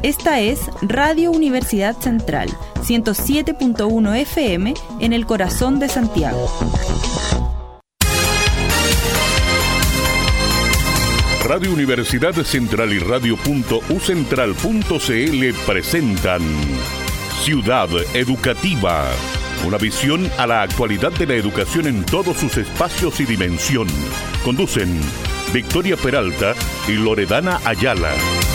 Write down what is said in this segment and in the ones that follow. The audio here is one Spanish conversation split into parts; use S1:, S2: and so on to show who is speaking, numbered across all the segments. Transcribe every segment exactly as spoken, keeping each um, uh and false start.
S1: Esta es Radio Universidad Central, ciento siete punto uno F M en el corazón de Santiago.
S2: Radio Universidad Central y radio punto u central punto c l presentan Ciudad Educativa, una visión a la actualidad de la educación en todos sus espacios y dimensión. Conducen Victoria Peralta y Loredana Ayala.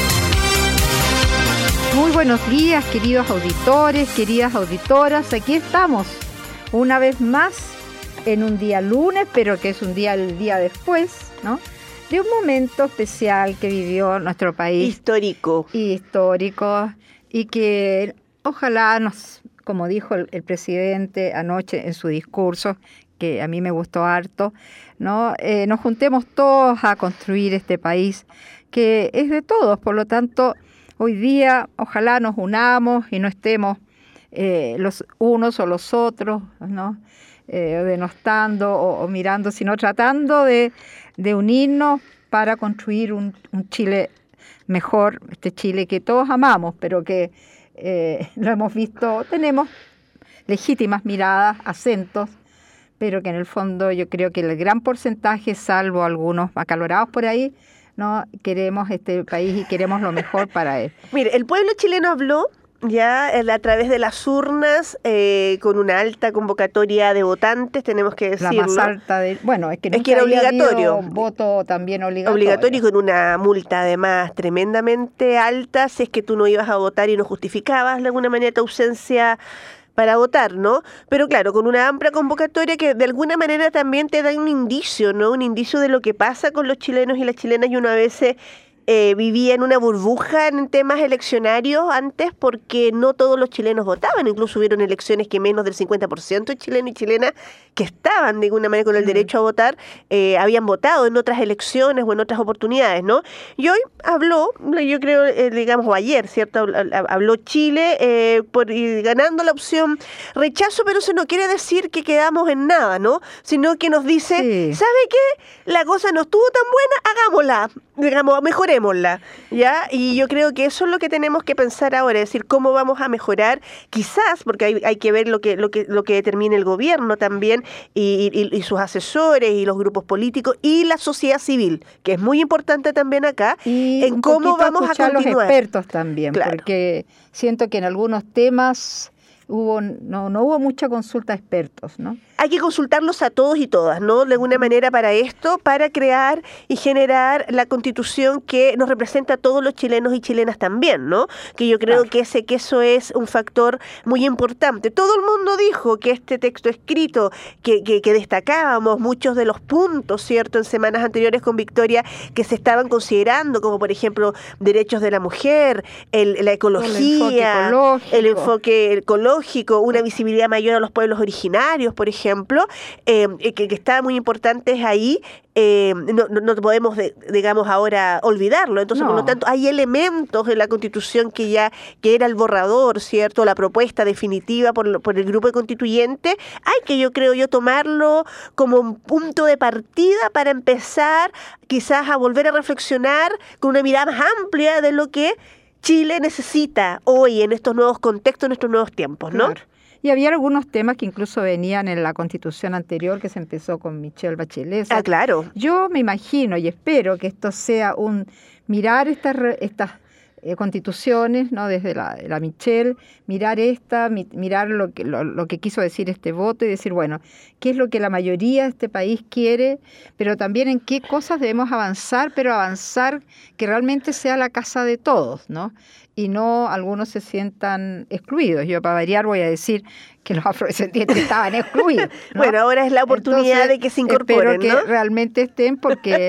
S3: Muy buenos días, queridos auditores, queridas auditoras. Aquí estamos una vez más en un día lunes, pero que es un día el día después, ¿no?, de un momento especial que vivió nuestro país.
S4: Histórico.
S3: Histórico. Y que ojalá nos, como dijo el, el presidente anoche en su discurso, que a mí me gustó harto, ¿no?, eh, nos juntemos todos a construir este país que es de todos. Por lo tanto, hoy día ojalá nos unamos y no estemos eh, los unos o los otros, ¿no?, eh, denostando o, o mirando, sino tratando de, de unirnos para construir un, un Chile mejor, este Chile que todos amamos, pero que eh, lo hemos visto, tenemos legítimas miradas, acentos, pero que en el fondo yo creo que el gran porcentaje, salvo algunos acalorados por ahí, no queremos este país y queremos lo mejor para él.
S4: Mire, el pueblo chileno habló ya a través de las urnas eh, con una alta convocatoria de votantes, tenemos que decirlo.
S3: La más alta de, bueno, es que,
S4: es que era obligatorio.
S3: Voto también obligatorio.
S4: Obligatorio y con una multa además tremendamente alta si es que tú no ibas a votar y no justificabas de alguna manera tu ausencia para votar, ¿no? Pero claro, con una amplia convocatoria que de alguna manera también te da un indicio, ¿no? Un indicio de lo que pasa con los chilenos y las chilenas, y uno a veces eh, vivía en una burbuja en temas eleccionarios antes porque no todos los chilenos votaban, incluso hubieron elecciones que menos del cincuenta por ciento de chilenos y chilenas que estaban de alguna manera con el mm. derecho a votar, eh, habían votado en otras elecciones o en otras oportunidades, ¿no? Y hoy habló, yo creo, eh, digamos, o ayer, ¿cierto? Habló Chile eh, por ir ganando la opción rechazo, pero eso no quiere decir que quedamos en nada, ¿no? Sino que nos dice, sí. ¿sabe qué? La cosa no estuvo tan buena, hagámosla, digamos, mejorémosla, ¿ya? Y yo creo que eso es lo que tenemos que pensar ahora, es decir, cómo vamos a mejorar, quizás, porque hay, hay que ver lo que, lo que, lo que determine el gobierno también, y, y, y sus asesores, y los grupos políticos, y la sociedad civil, que es muy importante también acá,
S3: y
S4: en cómo vamos a continuar.
S3: Los expertos también,
S4: claro.
S3: Porque siento que en algunos temas hubo no, no hubo mucha consulta a expertos, ¿no?
S4: Hay que consultarlos a todos y todas, ¿no? De alguna manera para esto, para crear y generar la constitución que nos representa a todos los chilenos y chilenas también, ¿no? Que yo creo claro. que ese que eso es un factor muy importante. Todo el mundo dijo que este texto escrito, que, que, que destacábamos muchos de los puntos, ¿cierto?, en semanas anteriores con Victoria, que se estaban considerando, como por ejemplo, derechos de la mujer, el, la ecología, el enfoque, el enfoque ecológico, una visibilidad mayor a los pueblos originarios, por ejemplo, ejemplo, eh, que, que está muy importantes ahí, eh, no, no, no podemos, de, digamos, ahora olvidarlo. Entonces, no. por lo tanto, hay elementos en la Constitución que ya, que era el borrador, ¿cierto?, la propuesta definitiva por, por el grupo de constituyentes, hay que, yo creo yo, tomarlo como un punto de partida para empezar quizás a volver a reflexionar con una mirada más amplia de lo que Chile necesita hoy en estos nuevos contextos, en estos nuevos tiempos, ¿no?
S3: Claro. Y había algunos temas que incluso venían en la Constitución anterior, que se empezó con Michelle Bachelet.
S4: Ah, claro.
S3: Yo me imagino y espero que esto sea un mirar estas estas eh, constituciones, ¿no?, desde la, la Michelle, mirar esta, mi, mirar lo que lo, lo que quiso decir este voto y decir, bueno, qué es lo que la mayoría de este país quiere, pero también en qué cosas debemos avanzar, pero avanzar que realmente sea la casa de todos, ¿no? Y no algunos se sientan excluidos. Yo, para variar, voy a decir que los afrodescendientes estaban excluidos, ¿no?
S4: Bueno, ahora es la oportunidad
S3: Entonces,
S4: de que se incorporen,
S3: espero
S4: ¿no?
S3: que realmente estén, porque,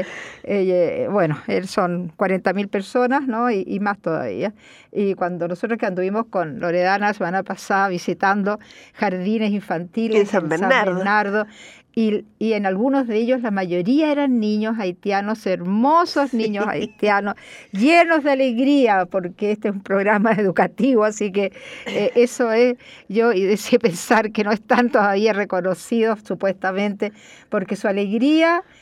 S3: eh, bueno, son cuarenta mil personas, ¿no? Y, y más todavía. Y cuando nosotros que anduvimos con Loredana la semana pasada visitando jardines infantiles
S4: en San
S3: en
S4: Bernardo,
S3: San Bernardo Y, y en algunos de ellos la mayoría eran niños haitianos, hermosos niños sí. haitianos, llenos de alegría, porque este es un programa educativo, así que eh, eso es, yo y decía pensar que no están todavía reconocidos supuestamente, porque su alegría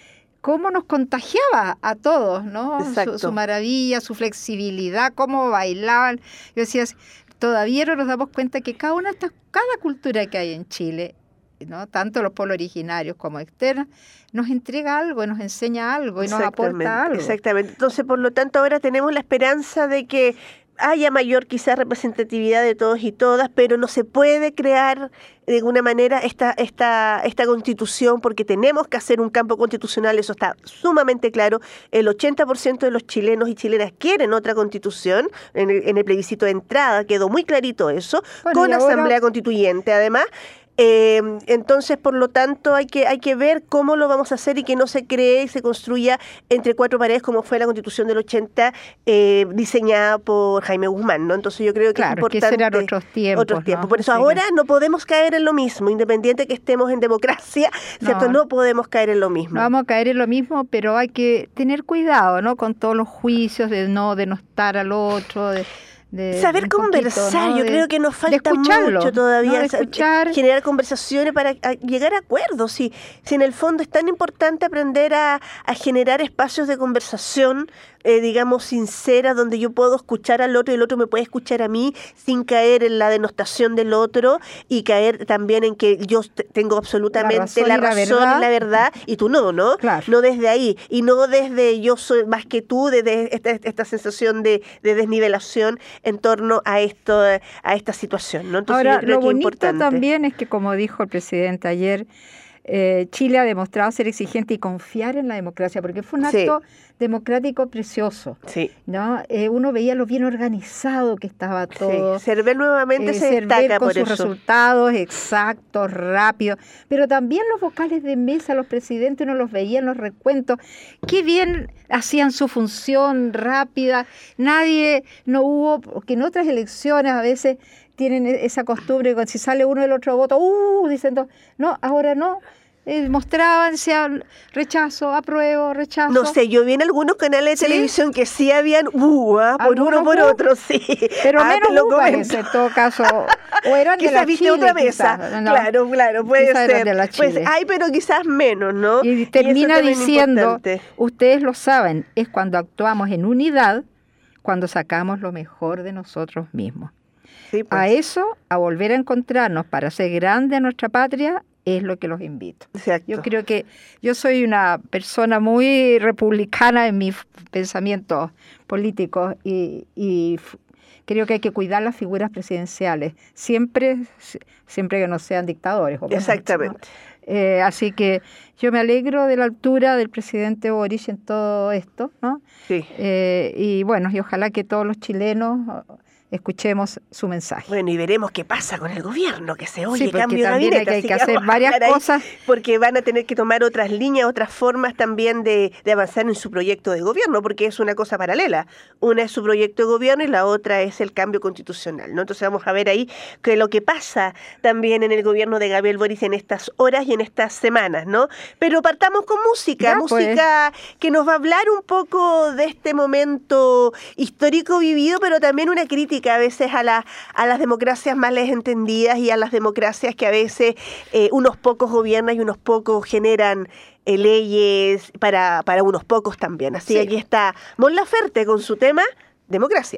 S3: cómo nos contagiaba a todos, ¿no? Su, su maravilla, su flexibilidad, cómo bailaban. Yo decía, todavía no nos damos cuenta que cada una de estas, cada cultura que hay en Chile, ¿no? Tanto los pueblos originarios como externos, nos entrega algo, nos enseña algo y nos aporta algo.
S4: Exactamente. Entonces, por lo tanto, ahora tenemos la esperanza de que haya mayor quizás representatividad de todos y todas, pero no se puede crear de alguna manera esta, esta, esta constitución porque tenemos que hacer un campo constitucional, eso está sumamente claro. El ochenta por ciento de los chilenos y chilenas quieren otra constitución, en el, en el plebiscito de entrada quedó muy clarito eso, bueno, con ahora... asamblea constituyente además. Eh, entonces, por lo tanto, hay que hay que ver cómo lo vamos a hacer y que no se cree y se construya entre cuatro paredes como fue la Constitución del ochenta eh, diseñada por Jaime Guzmán, ¿no? Entonces yo creo que
S3: claro,
S4: es importante...
S3: que serán otros tiempos.
S4: Otros tiempos.
S3: ¿no?
S4: Por eso
S3: sí,
S4: ahora
S3: que...
S4: no podemos caer en lo mismo, independiente que estemos en democracia, ¿cierto? No, no podemos caer en lo mismo.
S3: No vamos a caer en lo mismo, pero hay que tener cuidado, ¿no? Con todos los juicios de no denostar al otro, de... De,
S4: saber conversar, poquito, ¿no? Yo de, creo que nos falta mucho todavía,
S3: ¿no? escuchar.
S4: generar conversaciones para a llegar a acuerdos. Si, si en el fondo es tan importante aprender a, a generar espacios de conversación, eh, digamos, sinceras, donde yo puedo escuchar al otro y el otro me puede escuchar a mí sin caer en la denostación del otro y caer también en que yo tengo absolutamente la razón, la razón y, la y la verdad y tú no, ¿no?
S3: Claro.
S4: No desde ahí y no desde yo soy más que tú, desde esta, esta sensación de, de desnivelación en torno a esto, a esta situación, ¿no? Entonces,
S3: ahora,
S4: yo creo
S3: lo
S4: que
S3: bonito
S4: es importante.
S3: también es que, como dijo el presidente ayer, eh, Chile ha demostrado ser exigente y confiar en la democracia, porque fue un acto sí. democrático precioso.
S4: Sí.
S3: ¿no? Eh, uno veía lo bien organizado que estaba todo.
S4: Sí. Cervel nuevamente eh, se destaca
S3: con
S4: por
S3: sus
S4: eso.
S3: resultados exactos, rápidos, pero también los vocales de mesa, los presidentes, uno los veía en los recuentos, qué bien hacían su función rápida, nadie, no hubo, porque en otras elecciones a veces tienen esa costumbre, si sale uno del otro voto, uh, diciendo, no, ahora no, eh, mostraban, sean rechazo, apruebo, rechazo.
S4: No sé, yo vi en algunos canales de ¿Sí? televisión que sí habían uh, ah, por uno por uh, otro, sí.
S3: Pero
S4: ah,
S3: menos uh, parece, en todo caso, o eran de la Chile,
S4: otra mesa.
S3: Quizás, ¿no?
S4: Claro, claro, puede
S3: quizás
S4: ser.
S3: De la
S4: pues hay, pero quizás menos, ¿no?
S3: Y termina y diciendo, ustedes lo saben, es cuando actuamos en unidad, cuando sacamos lo mejor de nosotros mismos. Sí, pues. A eso, a volver a encontrarnos para hacer grande a nuestra patria, es lo que los invito.
S4: Exacto.
S3: Yo creo que yo soy una persona muy republicana en mis pensamientos políticos y, y creo que hay que cuidar las figuras presidenciales, siempre, siempre que no sean dictadores.
S4: Exactamente.
S3: ¿no? Eh, así que yo me alegro de la altura del presidente Boric en todo esto, ¿no?
S4: Sí.
S3: Eh, y bueno, y ojalá que todos los chilenos escuchemos su mensaje.
S4: Bueno, y veremos qué pasa con el gobierno, que se oye
S3: sí,
S4: cambio de gabinete.
S3: Hay que, hay que hacer varias cosas.
S4: Ahí, porque van a tener que tomar otras líneas, otras formas también de, de avanzar en su proyecto de gobierno, porque es una cosa paralela. Una es su proyecto de gobierno y la otra es el cambio constitucional, ¿no? Entonces vamos a ver ahí que lo que pasa también en el gobierno de Gabriel Boric en estas horas y en estas semanas, ¿no? Pero partamos con música,
S3: ya,
S4: música pues. que nos va a hablar un poco de este momento histórico vivido, pero también una crítica a veces a, la, a las democracias mal entendidas y a las democracias que a veces eh, unos pocos gobiernan y unos pocos generan eh, leyes para, para unos pocos también. Así sí. Aquí está Mon Laferte con su tema Democracia.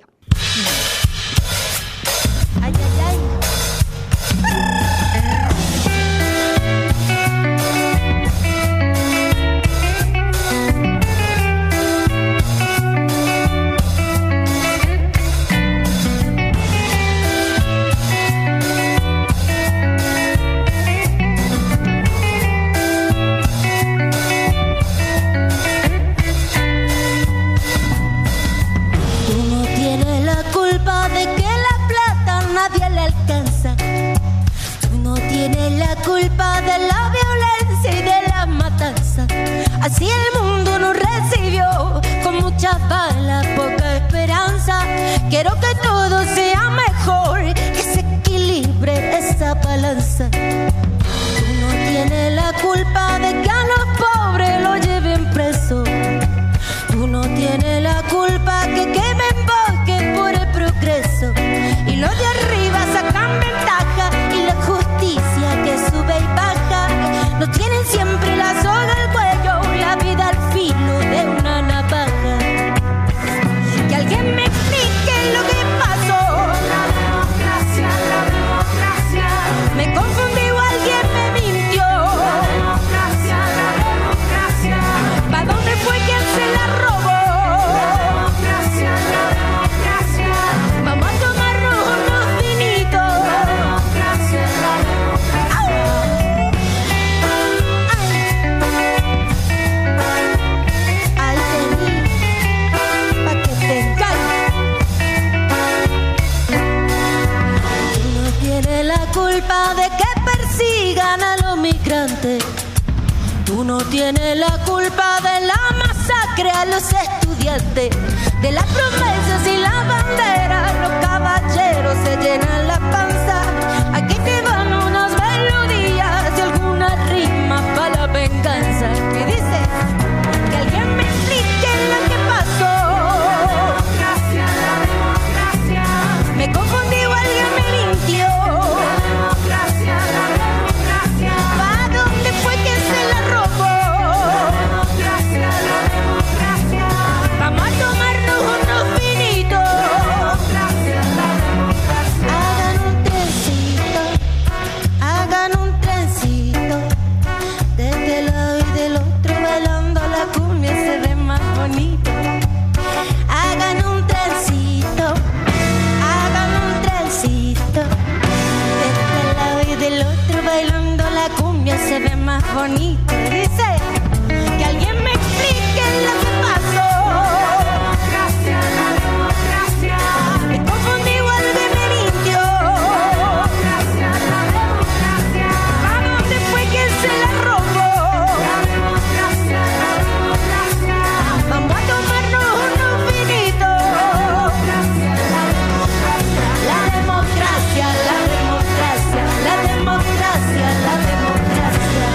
S4: Ay, ay, ay.
S5: Culpa de la violencia y de la matanza. Así el mundo nos recibió con muchas balas, poca esperanza. Quiero que todo sea mejor, que se equilibre esa balanza. Tú no tienes la culpa de que a los pobres lo lleven preso. Tú no tienes la culpa que quemen bosques por el progreso. Y los de arriba sacan ventaja y la justicia que sube y baja, no tienen siempre la soga al cuello, la vida al no tiene la culpa de la masacre a los estudiantes, de las promesas y la bandera. Los caballeros se llenan la panza. Aquí te van unas melodías y algunas rimas para la venganza. ¿Qué dice? Que alguien me explique lo que pasó. Democracia, la democracia. Me confundí o alguien me mintió. La democracia, la democracia. ¿Para dónde fue que se la robó? La democracia, la democracia. Vamos a tomarnos unos vinitos. La democracia, la democracia. Hagan un trencito, hagan un trencito. De este lado y del otro bailando la cumbia se ve más bonito. Hagan un trencito, hagan un trencito. De este lado y del otro bailando la cumbia se ve más bonito. Dice que alguien me explique lo que pasó. Democracia, la democracia. Me confundí o alguien me mintió. Democracia, la democracia. ¿A dónde fue que se la robó? La democracia, la democracia. Vamos a tomarnos unos vinitos. La democracia, la democracia, la democracia, la democracia.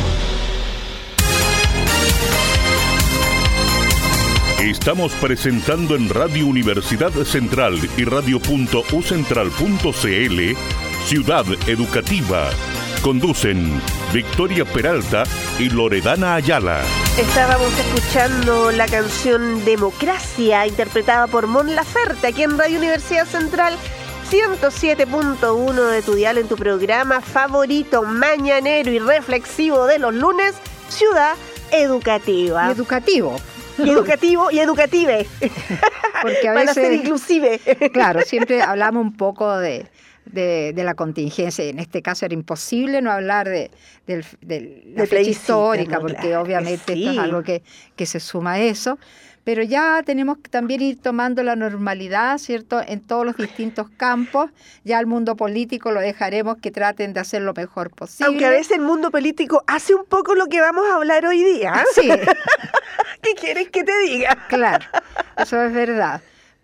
S2: Estamos presentando en Radio Universidad Central y radio punto u central punto c l Ciudad Educativa. Conducen Victoria Peralta y Loredana Ayala.
S4: Estábamos escuchando la canción Democracia, interpretada por Mon Laferte, aquí en Radio Universidad Central ciento siete punto uno de tu dial, en tu programa favorito, mañanero y reflexivo de los lunes, Ciudad Educativa.
S3: Y educativo.
S4: Y educativo y educative.
S3: Porque a
S4: Van
S3: veces,
S4: a ser inclusive.
S3: claro, siempre hablamos un poco de, de, de la contingencia. En este caso era imposible no hablar de, de, de la
S4: De
S3: fecha
S4: plebiscito,
S3: histórica,
S4: ¿no?
S3: porque
S4: Claro,
S3: obviamente
S4: sí.
S3: esto es algo que, que se suma a eso. Pero ya tenemos que también ir tomando la normalidad, ¿cierto?, en todos los distintos campos. Ya al mundo político lo dejaremos que traten de hacer lo mejor posible.
S4: Aunque a veces el mundo político hace un poco lo que vamos a hablar hoy día.
S3: Sí.
S4: ¿Qué quieres que te diga?
S3: Claro, eso es verdad.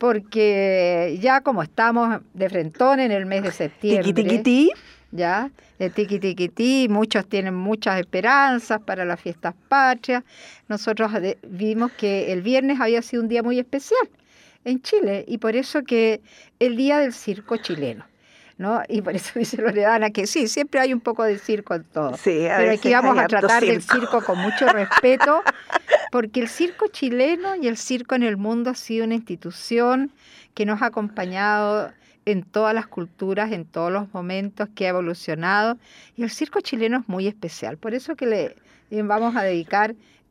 S3: Porque ya como estamos de frentón en el mes de septiembre,
S4: Tiqui, tiqui, ti.
S3: ya, de tiqui tiqui ti, muchos tienen muchas esperanzas para las fiestas patrias. Nosotros de- vimos que el viernes había sido un día muy especial en Chile, y por eso que el día del circo chileno, ¿no? Y por eso dice Loredana que sí, siempre hay un poco de circo en todo.
S4: Sí, a
S3: Pero
S4: veces
S3: aquí vamos
S4: hay
S3: a
S4: harto
S3: tratar del
S4: circo.
S3: circo con mucho respeto, porque el circo chileno y el circo en el mundo ha sido una institución que nos ha acompañado en todas las culturas, en todos los momentos, que ha evolucionado, y el circo chileno es muy especial. Por eso que le eh, vamos a dedicar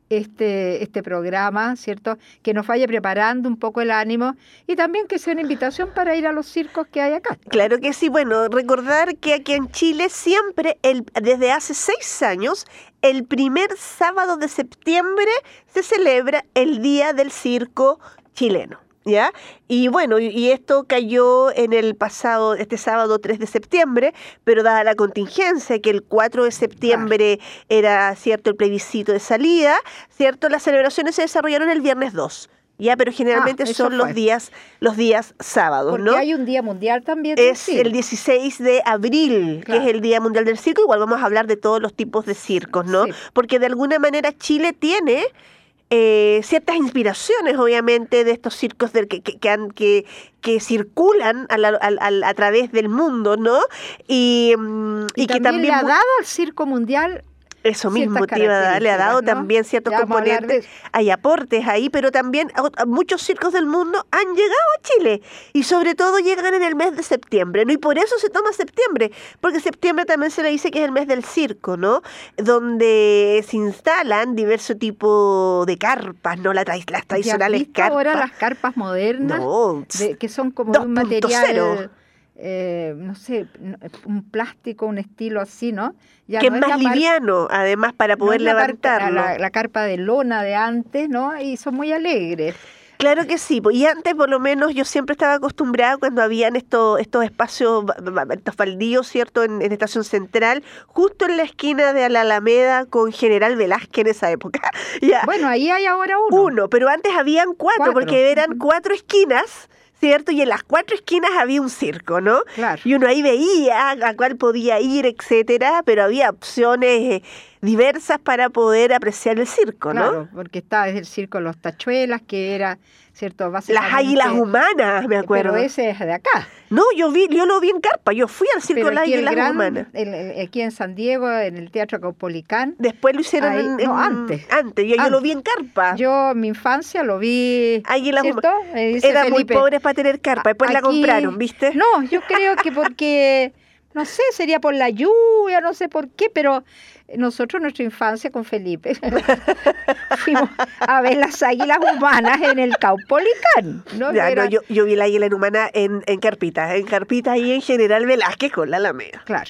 S3: este, este programa, ¿cierto?, que nos vaya preparando un poco el ánimo, y también que sea una invitación para ir a los circos que hay acá.
S4: Claro que sí. Bueno, recordar que aquí en Chile siempre, el, desde hace seis años, el primer sábado de septiembre se celebra el Día del Circo Chileno. ¿Ya? Y bueno, y- y esto cayó en el pasado, este sábado tres de septiembre, pero dada la contingencia, que el cuatro de septiembre era, ¿cierto?, el plebiscito de salida, ¿cierto?, las celebraciones se desarrollaron el viernes dos, ¿ya? Pero generalmente
S3: Ah, eso
S4: son los
S3: fue.
S4: días, los días sábados,
S3: Porque
S4: ¿no?
S3: hay un día mundial también del
S4: Es
S3: circo.
S4: el dieciséis de abril,
S3: Claro.
S4: que es el Día Mundial del Circo. Igual vamos a hablar de todos los tipos de circos, ¿no?
S3: Sí.
S4: Porque de alguna manera Chile tiene eh, ciertas inspiraciones, obviamente, de estos circos del que, que, que, han- que, que circulan a, la- al- al- a través del mundo, ¿no? Y, mm,
S3: Y,
S4: y que
S3: también,
S4: también...
S3: le ha
S4: mu-
S3: dado al circo mundial.
S4: Eso mismo
S3: ciertas
S4: te iba a dar, le ha dado
S3: características, ¿no?
S4: también ciertos
S3: Ya vamos a hablar
S4: componentes,
S3: de eso.
S4: hay aportes ahí, pero también a- a muchos circos del mundo han llegado a Chile, y sobre todo llegan en el mes de septiembre, ¿no? Y por eso se toma septiembre, porque septiembre también se le dice que es el mes del circo, ¿no? Donde se instalan diverso tipo de carpas, ¿no? La tra- las
S3: ¿Ya has
S4: tradicionales
S3: visto
S4: carpas.
S3: ahora las carpas modernas?
S4: No,
S3: de- que son como de un
S4: dos punto cero.
S3: material, eh, no sé, no- un plástico, un estilo así, ¿no? Ya
S4: que
S3: no
S4: es
S3: la
S4: más
S3: par-
S4: liviano, además, para
S3: no
S4: poder
S3: es la, par-
S4: levantarlo.
S3: la, la carpa de lona de antes, ¿no? Y son muy alegres.
S4: Claro que sí, y antes por lo menos yo siempre estaba acostumbrada cuando habían estos estos espacios, estos baldíos, ¿cierto?, en, en Estación Central, justo en la esquina de la Alameda con General Velázquez en esa época. Ya.
S3: Bueno, ahí hay ahora uno.
S4: Uno, pero antes habían cuatro,
S3: Cuatro.
S4: porque eran cuatro esquinas, ¿cierto? Y en las cuatro esquinas había un circo, ¿no?
S3: Claro.
S4: Y uno ahí veía a cuál podía ir, etcétera, pero había opciones diversas para poder apreciar el circo, ¿no?
S3: Claro, porque estaba desde el circo Los Tachuelas, que era, ¿cierto?
S4: Las
S3: Básicamente,
S4: águilas humanas, me acuerdo.
S3: Pero ese es de acá.
S4: No, yo vi, yo lo vi en carpa, yo fui al circo
S3: Pero
S4: Las
S3: aquí el
S4: Águilas
S3: gran-
S4: Humanas.
S3: el- el- aquí en San Diego, en el Teatro Caupolicán.
S4: Después lo hicieron
S3: Ahí-
S4: en,
S3: no,
S4: en-
S3: antes.
S4: Antes, yo, yo lo
S3: Antes.
S4: vi en carpa.
S3: Yo, mi infancia, lo vi,
S4: Águilas
S3: ¿cierto?
S4: Humanas.
S3: Me dice
S4: Eran muy
S3: Felipe.
S4: pobres para tener carpa, después la
S3: Aquí-
S4: compraron, ¿viste?
S3: No, yo creo que porque, no sé, sería por la lluvia, no sé por qué, pero nosotros, nuestra infancia con Felipe, fuimos a ver las águilas humanas en el Caupolicán, ¿no?
S4: Ya,
S3: Era-
S4: no, yo, yo vi la águila humana en, en carpita, en carpita y en General Velázquez con la Alameda.
S3: Claro.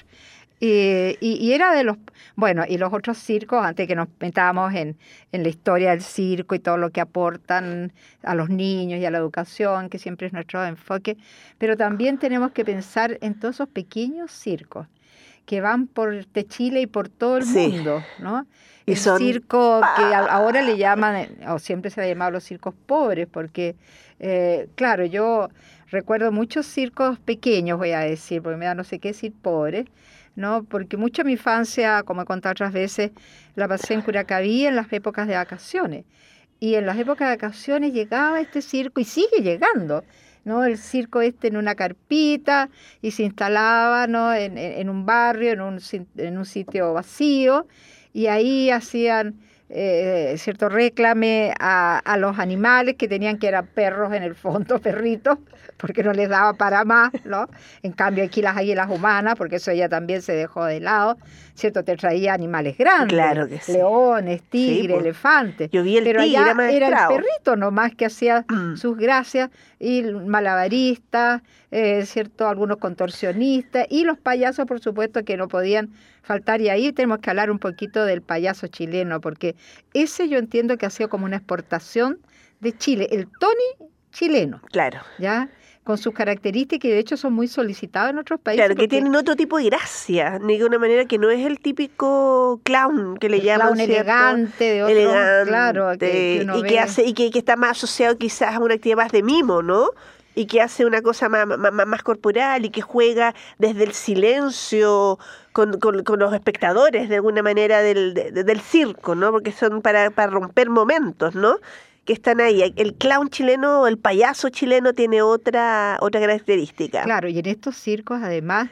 S3: Y, y, y era de los, bueno, y los otros circos, antes que nos metábamos en, en la historia del circo y todo lo que aportan a los niños y a la educación, que siempre es nuestro enfoque, pero también tenemos que pensar en todos esos pequeños circos que van por de Chile y por todo el
S4: Sí.
S3: mundo, ¿no?
S4: Y
S3: El
S4: son-
S3: circo que a- ahora le llaman, o siempre se le ha llamado los circos pobres, porque, eh, claro, yo recuerdo muchos circos pequeños, voy a decir, porque me da no sé qué decir pobres, ¿no? Porque mucha de mi infancia, como he contado otras veces, la pasé en Curacaví en las épocas de vacaciones. Y en las épocas de vacaciones llegaba este circo y sigue llegando, ¿no? El circo este en una carpita y se instalaba, ¿no? en, en, en un barrio, en un, si- en un sitio vacío, y ahí hacían eh, cierto réclame a, a los animales que tenían que eran perros en el fondo, perritos, porque no les daba para más, ¿no? En cambio aquí las águilas humanas, porque eso ya también se dejó de lado, ¿cierto? Te traía animales grandes,
S4: Claro que sí.
S3: leones, tigres,
S4: pues.
S3: elefantes.
S4: Yo vi el
S3: Pero
S4: tigre
S3: allá era el
S4: amaestrado.
S3: perrito nomás que hacía
S4: Mm.
S3: sus gracias, y malabaristas, eh, ¿cierto? Algunos contorsionistas, y los payasos, por supuesto, que no podían faltar. Y ahí tenemos que hablar un poquito del payaso chileno, porque ese yo entiendo que ha sido como una exportación de Chile, el Tony chileno,
S4: Claro.
S3: ¿ya? Con sus características, y de hecho son muy solicitados en otros países.
S4: Claro, que
S3: porque
S4: tienen otro tipo de gracia, de una manera que no es el típico clown que le
S3: el
S4: llaman,
S3: clown
S4: ¿cierto?
S3: elegante de otro,
S4: Elegante,
S3: claro, que, que uno
S4: y
S3: ve.
S4: que hace y que, que está más asociado quizás a una actividad más de mimo, ¿no? Y que hace una cosa más, más, más- más corporal y que juega desde el silencio con, con, con los espectadores de alguna manera del, de- del circo, ¿no? Porque son para, para romper momentos, ¿no? Que están ahí. El clown chileno, el payaso chileno tiene otra, otra característica.
S3: Claro, y en estos circos además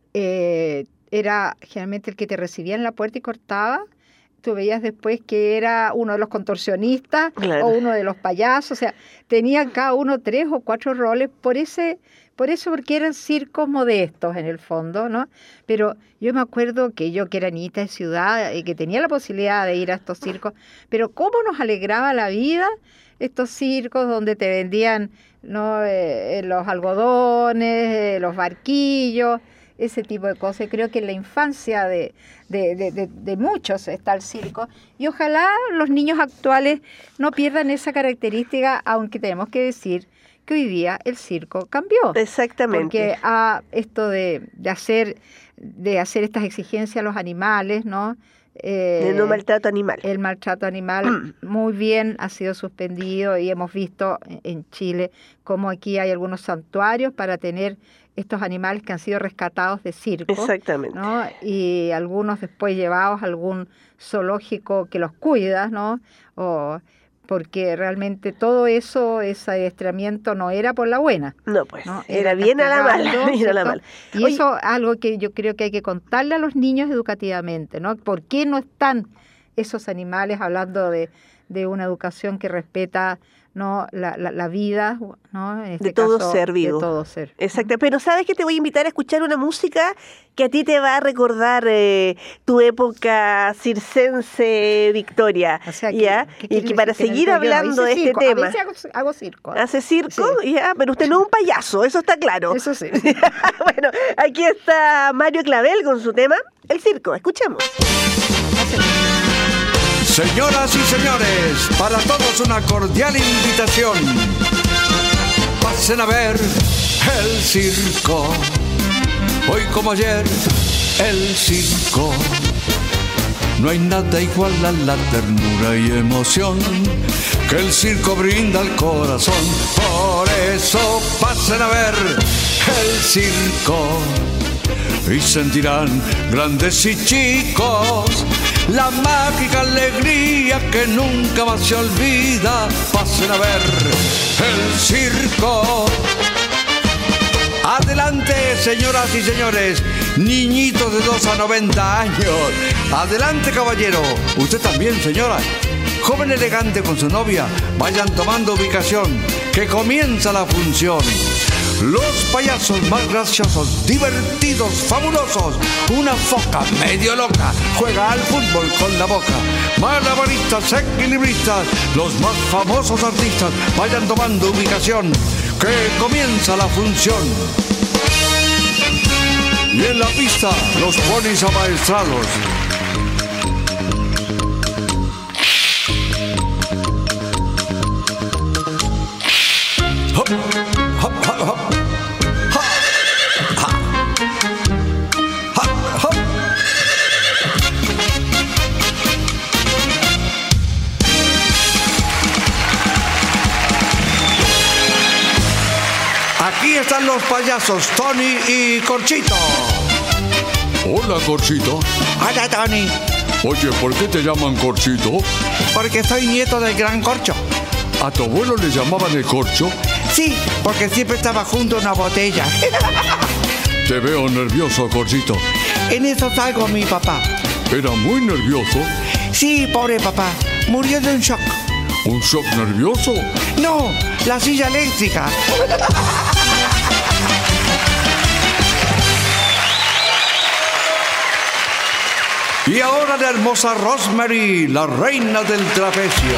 S3: eh, era generalmente el que te recibía en la puerta y cortaba. Tú veías después que era uno de los contorsionistas
S4: Claro.
S3: o uno de los payasos, o sea, tenían cada uno tres o cuatro roles por ese, por eso, porque eran circos modestos en el fondo, ¿no? Pero yo me acuerdo que yo, que era niñita de ciudad y que tenía la posibilidad de ir a estos circos, pero cómo nos alegraba la vida estos circos donde te vendían, ¿no? Eh, los algodones, eh, los barquillos, ese tipo de cosas. Y creo que en la infancia de, de, de, de, de muchos está el circo, y ojalá los niños actuales no pierdan esa característica, aunque tenemos que decir que hoy día el circo cambió.
S4: Exactamente.
S3: Porque a esto de, de hacer de hacer estas exigencias a los animales, ¿no? Eh,
S4: de no maltrato animal.
S3: el maltrato animal muy bien ha sido suspendido, y hemos visto en Chile cómo aquí hay algunos santuarios para tener estos animales que han sido rescatados de circo,
S4: Exactamente.
S3: ¿no? Y algunos después llevados a algún zoológico que los cuida, ¿no? O porque realmente todo eso, ese adiestramiento no era por la buena,
S4: No, pues,
S3: ¿no?
S4: era bien a la mala,
S3: castigando,
S4: bien a la
S3: ¿cierto?
S4: mala.
S3: Y
S4: Oye,
S3: eso es algo que yo creo que hay que contarle a los niños educativamente, ¿no? ¿Por qué no están esos animales hablando de, de una educación que respeta, ¿no? la, la, la vida, ¿no? En este
S4: de todo
S3: caso,
S4: ser vivo.
S3: De todo ser.
S4: Exacto, pero sabes que te voy a invitar a escuchar una música que a ti te va a recordar eh, tu época circense, Victoria,
S3: O sea, que-
S4: ¿ya?
S3: ¿qué
S4: Y
S3: quiere
S4: que para
S3: decir? Que en el-
S4: seguir
S3: yo no
S4: hablando de
S3: hice
S4: este
S3: circo, a
S4: tema,
S3: veces hago, hago circo. ¿eh?
S4: hace circo,
S3: Sí.
S4: ya, pero usted no es un payaso, eso está claro.
S3: Eso sí.
S4: Bueno, aquí está Mario Clavel con su tema, El Circo, escuchemos.
S6: Señoras y señores, para todos una cordial invitación. Pasen a ver el circo. Hoy como ayer, el circo. No hay nada igual a la ternura y emoción que el circo brinda al corazón. Por eso pasen a ver el circo y sentirán, grandes y chicos, la mágica alegría que nunca más se olvida. Pasen a ver el circo. Adelante, señoras y señores, niñitos de dos a noventa años. Adelante, caballero. Usted también, señora. Joven elegante con su novia, vayan tomando ubicación, que comienza la función. Los payasos más graciosos, divertidos, fabulosos. Una foca medio loca juega al fútbol con la boca. Malabaristas, equilibristas, los más famosos artistas, vayan tomando ubicación, que comienza la función. Y en la pista, los ponis amaestrados. Hop, hop, hop, hop. Ha, ha. Ha, ha. Aquí están los payasos, Tony y Corchito.
S7: Hola, Corchito.
S6: Hola, Tony.
S7: Oye, ¿por qué te llaman Corchito?
S6: Porque soy nieto del gran Corcho.
S7: ¿A tu abuelo le llamaban el Corcho?
S6: Sí, porque siempre estaba junto a una botella.
S7: Te veo nervioso, Corchito.
S6: En eso salgo mi papá.
S7: ¿Era muy nervioso?
S6: Sí, pobre papá. Murió de un shock.
S7: ¿Un shock nervioso?
S6: No, la silla eléctrica. Y ahora la hermosa Rosemary, la reina del trapecio.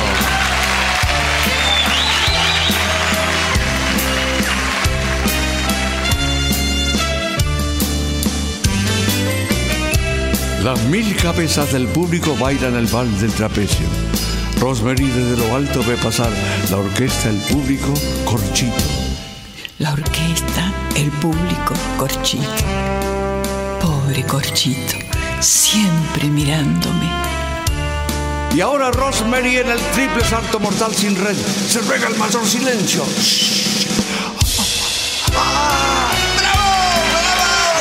S6: Las mil cabezas del público bailan el vals del trapecio. Rosemary desde lo alto ve pasar la orquesta, el público, Corchito.
S8: La orquesta, el público, Corchito. Pobre Corchito, siempre mirándome.
S6: Y ahora Rosemary en el triple salto mortal sin red. Se ruega el mayor silencio. ¡Shh! ¡Ah! ¡Bravo! ¡Bravo!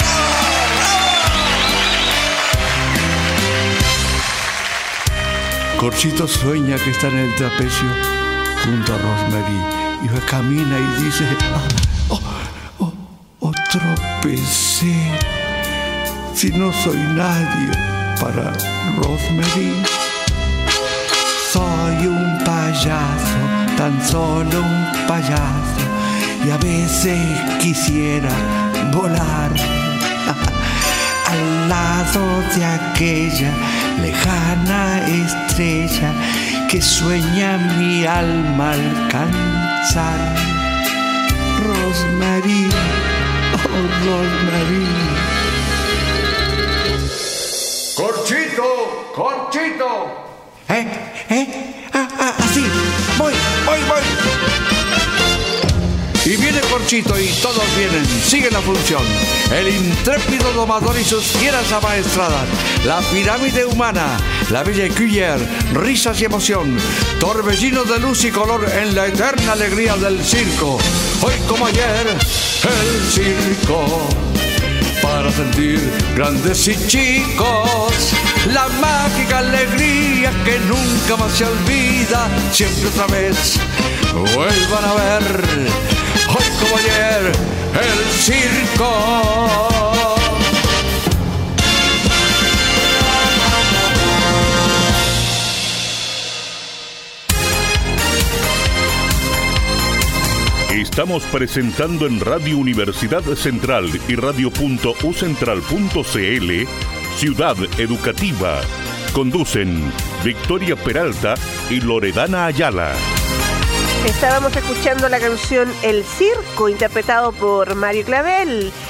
S6: ¡Bravo! Corchito sueña que está en el trapecio junto a Rosemary. Y camina y dice: oh, oh, oh, tropecé. Si no soy nadie para Rosemary. Soy un payaso, tan solo un payaso, y a veces quisiera volar al lado de aquella lejana estrella que sueña mi alma alcanzar. Rosemary, oh Rosemary.
S7: ¡Corchito! ¡Corchito!
S6: ¿Eh? ¿Eh? Ah, ah, así. Voy, voy, voy. Y viene Corchito y todos vienen. Sigue la función. El intrépido domador y sus fieras amaestradas. La pirámide humana. La bella Cuiller. Risas y emoción. Torbellino de luz y color en la eterna alegría del circo. Hoy como ayer, el circo. Para sentir, grandes y chicos, la mágica alegría que nunca más se olvida. Siempre otra vez vuelvan a ver, hoy como ayer, el circo.
S2: Estamos presentando en Radio Universidad Central y radio punto u central punto c l Ciudad Educativa. Conducen Victoria Peralta y Loredana Ayala.
S4: Estábamos escuchando la canción El Circo, interpretado por Mario Clavel.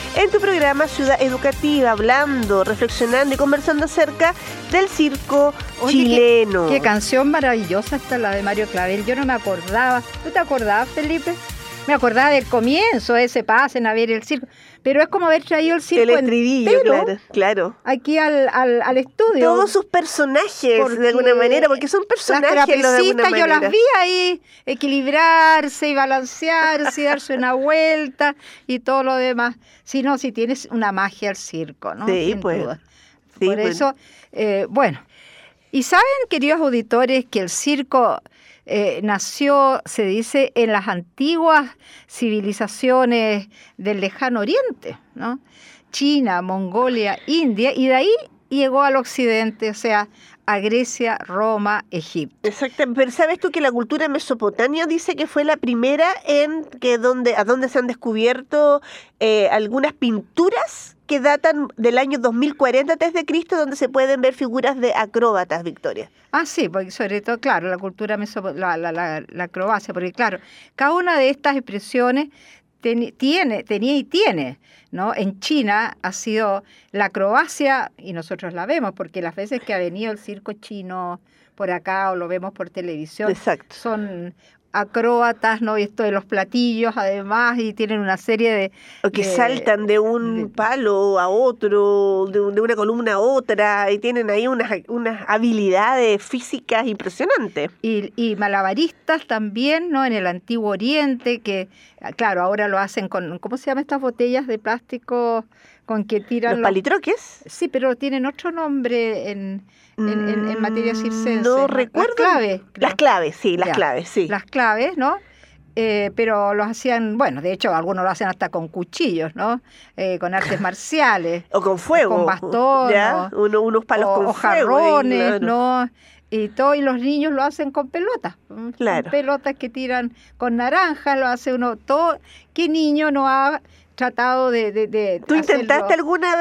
S4: en tu programa Ciudad Educativa, hablando, reflexionando y conversando acerca del circo
S3: Oye,
S4: chileno.
S3: Qué, qué canción maravillosa está la de Mario Clavel. Yo no me acordaba. ¿Tú te acordabas, Felipe? Me acordaba del comienzo, ese pasen a ver el circo. Pero es como haber traído el circo
S4: el estribillo,
S3: entero
S4: claro, claro.
S3: aquí al, al, al estudio.
S4: Todos sus personajes,
S3: Porque
S4: de alguna manera, porque son personajes
S3: las
S4: de alguna
S3: trapecistas, yo
S4: manera.
S3: las vi ahí equilibrarse y balancearse y darse una vuelta y todo lo demás. Si no, si tienes una magia al circo, ¿no?
S4: Sí,
S3: Sin
S4: pues.
S3: duda.
S4: Sí,
S3: Por
S4: pues.
S3: eso, eh, bueno. Y saben, queridos auditores, que el circo eh, nació, se dice, en las antiguas civilizaciones del lejano oriente, ¿no? China, Mongolia, India, y de ahí llegó al occidente, o sea, a Grecia, Roma, Egipto.
S4: Exacto, pero ¿sabes tú que la cultura mesopotamia dice que fue la primera en que donde a donde se han descubierto eh, algunas pinturas que datan del año dos mil cuarenta antes de Cristo, donde se pueden ver figuras de acróbatas, Victoria?
S3: Ah, sí, porque sobre todo, claro, la cultura mesopotámica, la, la, la, la acrobacia, porque claro, cada una de estas expresiones ten, tiene, tenía y tiene, ¿no? En China ha sido la acrobacia, y nosotros la vemos, porque las veces que ha venido el circo chino por acá o lo vemos por televisión,
S4: Exacto.
S3: son acróbatas, ¿no? Y esto de los platillos, además, y tienen una serie de...
S4: O que
S3: de,
S4: saltan de un
S3: de,
S4: palo a otro, de, un, de una columna a otra, y tienen ahí unas, unas habilidades físicas impresionantes.
S3: Y, y malabaristas también, ¿no? En el Antiguo Oriente, que, claro, ahora lo hacen con, ¿cómo se llaman estas botellas de plástico con que tiran
S4: ¿Los palitroques?
S3: Sí, pero tienen otro nombre en, en, en, en materia circense.
S4: No recuerdo.
S3: Las claves.
S4: Las claves, sí, las
S3: Ya,
S4: claves, sí.
S3: Las claves, ¿no? Eh, pero los hacían, bueno, de hecho algunos lo hacen hasta con cuchillos, ¿no? Eh, con artes marciales.
S4: O con fuego.
S3: Con bastón.
S4: ¿Ya?
S3: O,
S4: Uno, unos palos
S3: o,
S4: con
S3: o
S4: fuego.
S3: jarrones,
S4: y, claro.
S3: ¿no? Y todo, y los niños lo hacen con pelotas.
S4: Claro.
S3: Con pelotas que tiran con naranjas, lo hace uno todo. ¿Qué niño no ha tratado de, de, de
S4: ¿Tú intentaste
S3: hacerlo?
S4: alguna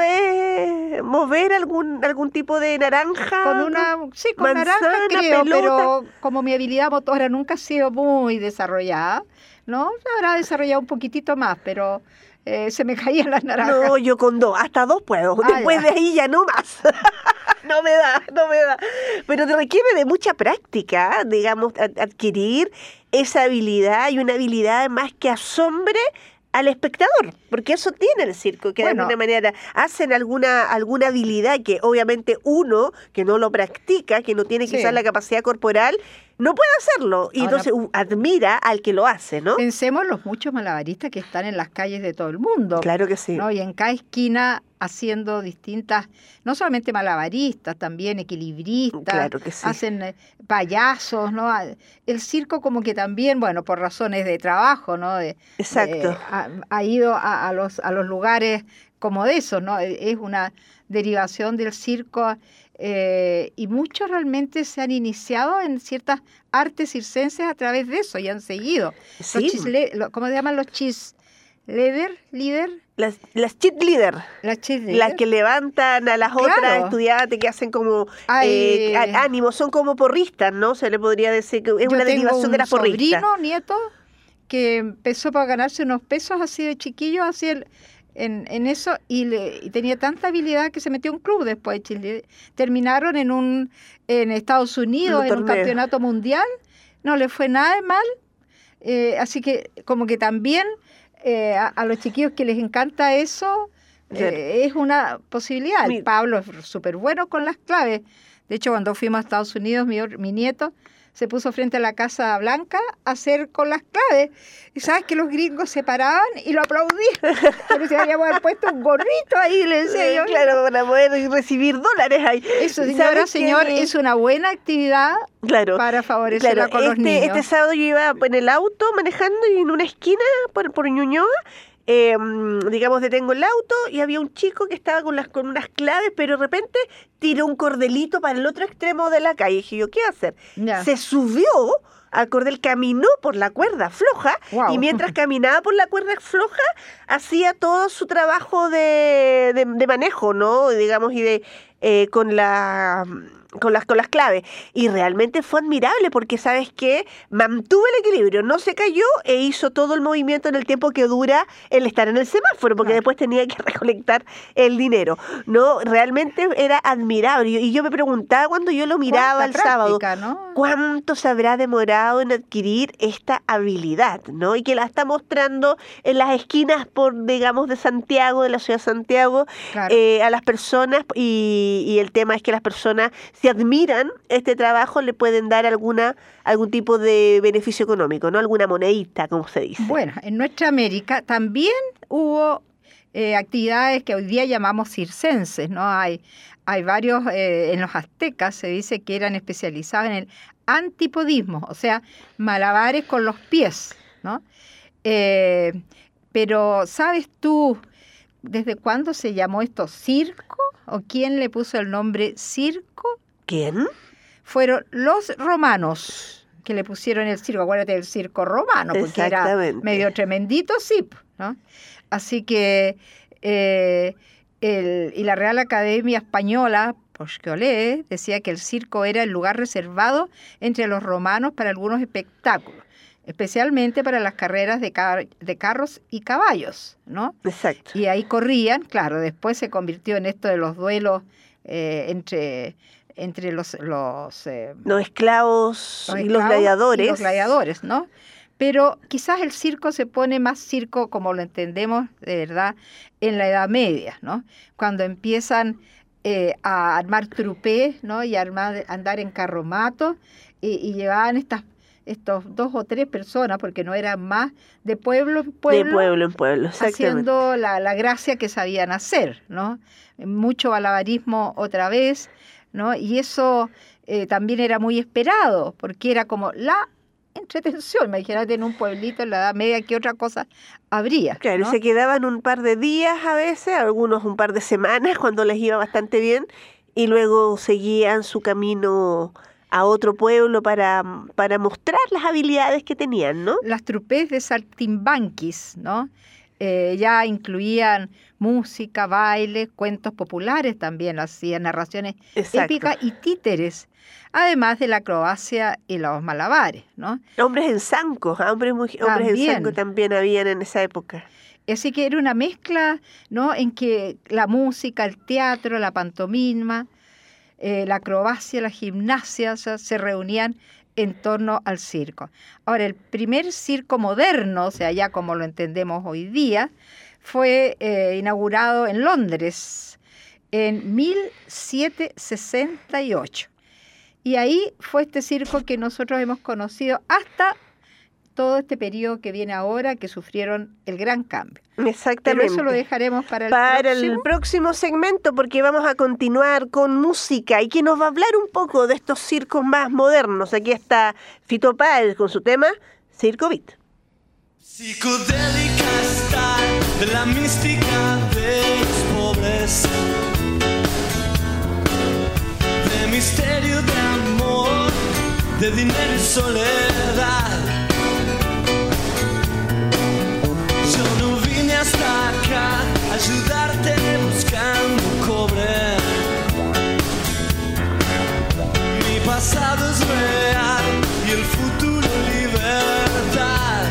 S4: vez mover algún algún tipo de naranja?
S3: Con una, sí, con
S4: manzana,
S3: naranja creo,
S4: pelota?
S3: pero como mi habilidad motora nunca ha sido muy desarrollada, ¿no? Habrá desarrollado un poquitito más, pero eh, se me caían las naranjas.
S4: No, yo con dos, hasta dos puedo.
S3: Ah,
S4: Después
S3: ya.
S4: de ahí ya no más. No me da, no me da. Pero te requiere de mucha práctica, digamos, ad- adquirir esa habilidad, y una habilidad más que asombre al espectador, porque eso tiene el circo, que
S3: Bueno.
S4: de alguna manera hacen alguna alguna habilidad que obviamente uno que no lo practica, que no tiene
S3: Sí.
S4: quizás la capacidad corporal, no puede hacerlo, y
S3: Ahora-
S4: entonces uh, admira al que lo hace, ¿no?
S3: Pensemos los muchos malabaristas que están en las calles de todo el mundo.
S4: Claro que sí.
S3: ¿No? Y en cada esquina haciendo distintas, no solamente malabaristas, también equilibristas,
S4: Claro que sí.
S3: hacen eh, payasos, ¿no? A- El circo como que también, bueno, por razones de trabajo, ¿no? De,
S4: Exacto.
S3: de- ha, ha ido a, a los, a los lugares como de eso, ¿no? Es una derivación del circo eh, y muchos realmente se han iniciado en ciertas artes circenses a través de eso y han seguido.
S4: Sí.
S3: Los chisle- lo- ¿Cómo se llaman los chis? ¿Leader? ¿Líder?
S4: Las, las cheerleader.
S3: Las cheerleader.
S4: Las que levantan a las
S3: Claro.
S4: otras estudiantes, que hacen como
S3: Ay,
S4: eh, á- ánimo, son como porristas, ¿no? Se le podría decir que es
S3: Yo
S4: una
S3: tengo
S4: derivación
S3: un
S4: de las porristas.
S3: sobrino, nieto, que empezó para ganarse unos pesos así de chiquillo, así el- en, en eso, y, le, y tenía tanta habilidad que se metió a un club después de Chile. Terminaron en un en Estados Unidos,
S4: Un
S3: en un
S4: torneo.
S3: campeonato mundial, no le fue nada de mal, eh, así que como que también eh, a, a los chiquillos que les encanta eso,
S4: Claro.
S3: eh, es una posibilidad. El
S4: Mi-
S3: Pablo es súper bueno con las claves. De hecho, cuando fuimos a Estados Unidos, mi, or- mi nieto se puso frente a la Casa Blanca a hacer con las claves. Y sabes que los gringos se paraban y lo aplaudían. Pero si habíamos haber puesto un gorrito ahí, le decía
S4: Sí,
S3: yo.
S4: claro, para poder recibir dólares ahí.
S3: Eso,
S4: ¿Sabes
S3: señora,
S4: qué?
S3: señor, es una buena actividad
S4: Claro.
S3: para favorecerla
S4: Claro,
S3: con los
S4: este,
S3: niños.
S4: este sábado yo iba en el auto manejando y en una esquina por, por Ñuñoa, eh, digamos, detengo el auto y había un chico que estaba con las con unas claves, pero de repente tiró un cordelito para el otro extremo de la calle. Y dije yo, ¿qué hacer?
S3: Ya.
S4: Se subió al cordel, caminó por la cuerda floja,
S3: Guau.
S4: y mientras caminaba por la cuerda floja, hacía todo su trabajo de, de, de manejo, ¿no? Digamos, y de eh, con la con las con las claves. Y realmente fue admirable porque, ¿sabes qué? Mantuvo el equilibrio, no se cayó e hizo todo el movimiento en el tiempo que dura el estar en el semáforo, porque
S3: Claro.
S4: después tenía que recolectar el dinero. No, realmente era admirable. Y yo me preguntaba cuando yo lo miraba el
S3: Cuánta
S4: sábado,
S3: práctica, ¿no?
S4: ¿cuánto se habrá demorado en adquirir esta habilidad, ¿no? Y que la está mostrando en las esquinas, por digamos, de Santiago, de la ciudad de Santiago,
S3: Claro.
S4: eh, a las personas, y, y el tema es que las personas, si admiran este trabajo, le pueden dar alguna algún tipo de beneficio económico, ¿no? Alguna monedita, como se dice.
S3: Bueno, en nuestra América también hubo eh, actividades que hoy día llamamos circenses, ¿no? Hay, hay varios, eh, en los aztecas se dice que eran especializados en el antipodismo, o sea, malabares con los pies, ¿no? Eh, pero, ¿sabes tú desde cuándo se llamó esto circo? ¿O quién le puso el nombre circo?
S4: ¿Quién?
S3: Fueron los romanos que le pusieron el circo. Acuérdate del circo romano, porque era
S4: Exactamente.
S3: medio tremendito, sí, ¿no? Así que, eh, el, y la Real Academia Española, Porciolé, decía que el circo era el lugar reservado entre los romanos para algunos espectáculos, especialmente para las carreras de, car- de carros y caballos, ¿no?
S4: Exacto.
S3: Y ahí corrían, claro, después se convirtió en esto de los duelos eh, entre, entre los, los, eh,
S4: Los esclavos
S3: los
S4: y los
S3: esclavos
S4: gladiadores.
S3: y los gladiadores, ¿no? Pero quizás el circo se pone más circo, como lo entendemos de verdad, en la Edad Media, ¿no? Cuando empiezan eh, a armar trupés, ¿no? Y a armar, andar en carromatos, y, y llevaban estas estos dos o tres personas, porque no eran más, de pueblo en pueblo,
S4: De pueblo en pueblo, exactamente.
S3: haciendo la, la gracia que sabían hacer, ¿no? Mucho malabarismo otra vez, ¿no? Y eso eh, también era muy esperado, porque era como la entretención. Imagínate en un pueblito en la Edad Media, ¿qué otra cosa habría?
S4: Claro,
S3: ¿no?
S4: se quedaban un par de días a veces, algunos un par de semanas cuando les iba bastante bien, y luego seguían su camino a otro pueblo para, para mostrar las habilidades que tenían, ¿no?
S3: Las trupés de saltimbanquis, ¿no? Eh, ya incluían música, baile, cuentos populares también, hacían narraciones
S4: Exacto.
S3: épicas y títeres, además de la acrobacia y los malabares, ¿no?
S4: Hombres en zancos, ah, hombres, muy, hombres en
S3: También.
S4: zanco también habían en esa época.
S3: Así que era una mezcla, ¿no? En que la música, el teatro, la pantomima, eh, la acrobacia, la gimnasia, o sea, se reunían en torno al circo. Ahora, el primer circo moderno, o sea, ya como lo entendemos hoy día, fue eh, inaugurado en Londres en mil setecientos sesenta y ocho. Y ahí fue este circo que nosotros hemos conocido hasta todo este periodo que viene ahora, que sufrieron el gran cambio. Pero
S4: Exactamente.
S3: eso lo dejaremos para el
S4: para
S3: próximo.
S4: el próximo segmento, porque vamos a continuar con música y que nos va a hablar un poco de estos circos más modernos. Aquí está Fito Páez con su tema Circo Beat.
S9: Psicodélica style de la mística de los pobres, de misterio, de amor, de dinero y soledad. Yo no vine hasta acá a ayudarte buscando cobre. Mi pasado es real y el futuro libertad.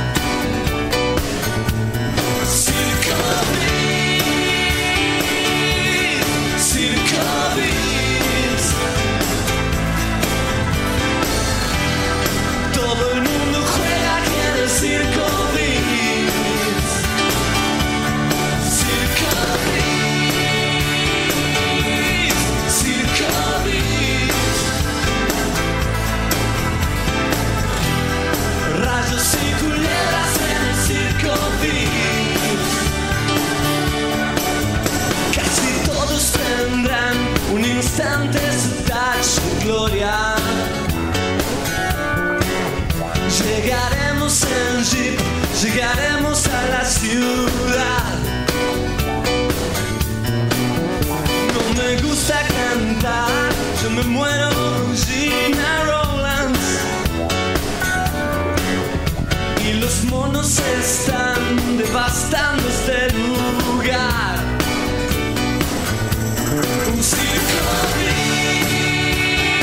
S9: Circo Beat, Circo Beat. Todo el mundo juega aquí en el Circo Beat. Circo Beat, Circo Beat. Rayos y culebras en el Circo Beat. Casi todos tendrán un instante su touch de gloria. Llegaremos en jeep, llegaremos a la ciudad. No me gusta cantar, yo me muero con Gina Rowlands. Y los monos están devastando este lugar. Un circo beat,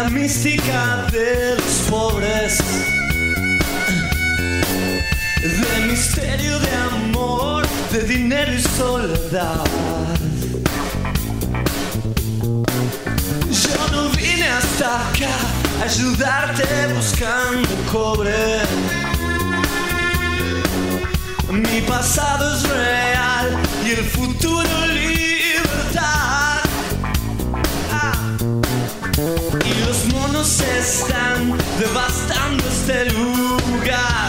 S9: la mística de los pobres, de misterio de amor, de dinero y soledad. Yo no vine hasta acá a ayudarte buscando cobre. Mi pasado es real y el futuro libertad. Ah. Y los monos están devastando este lugar.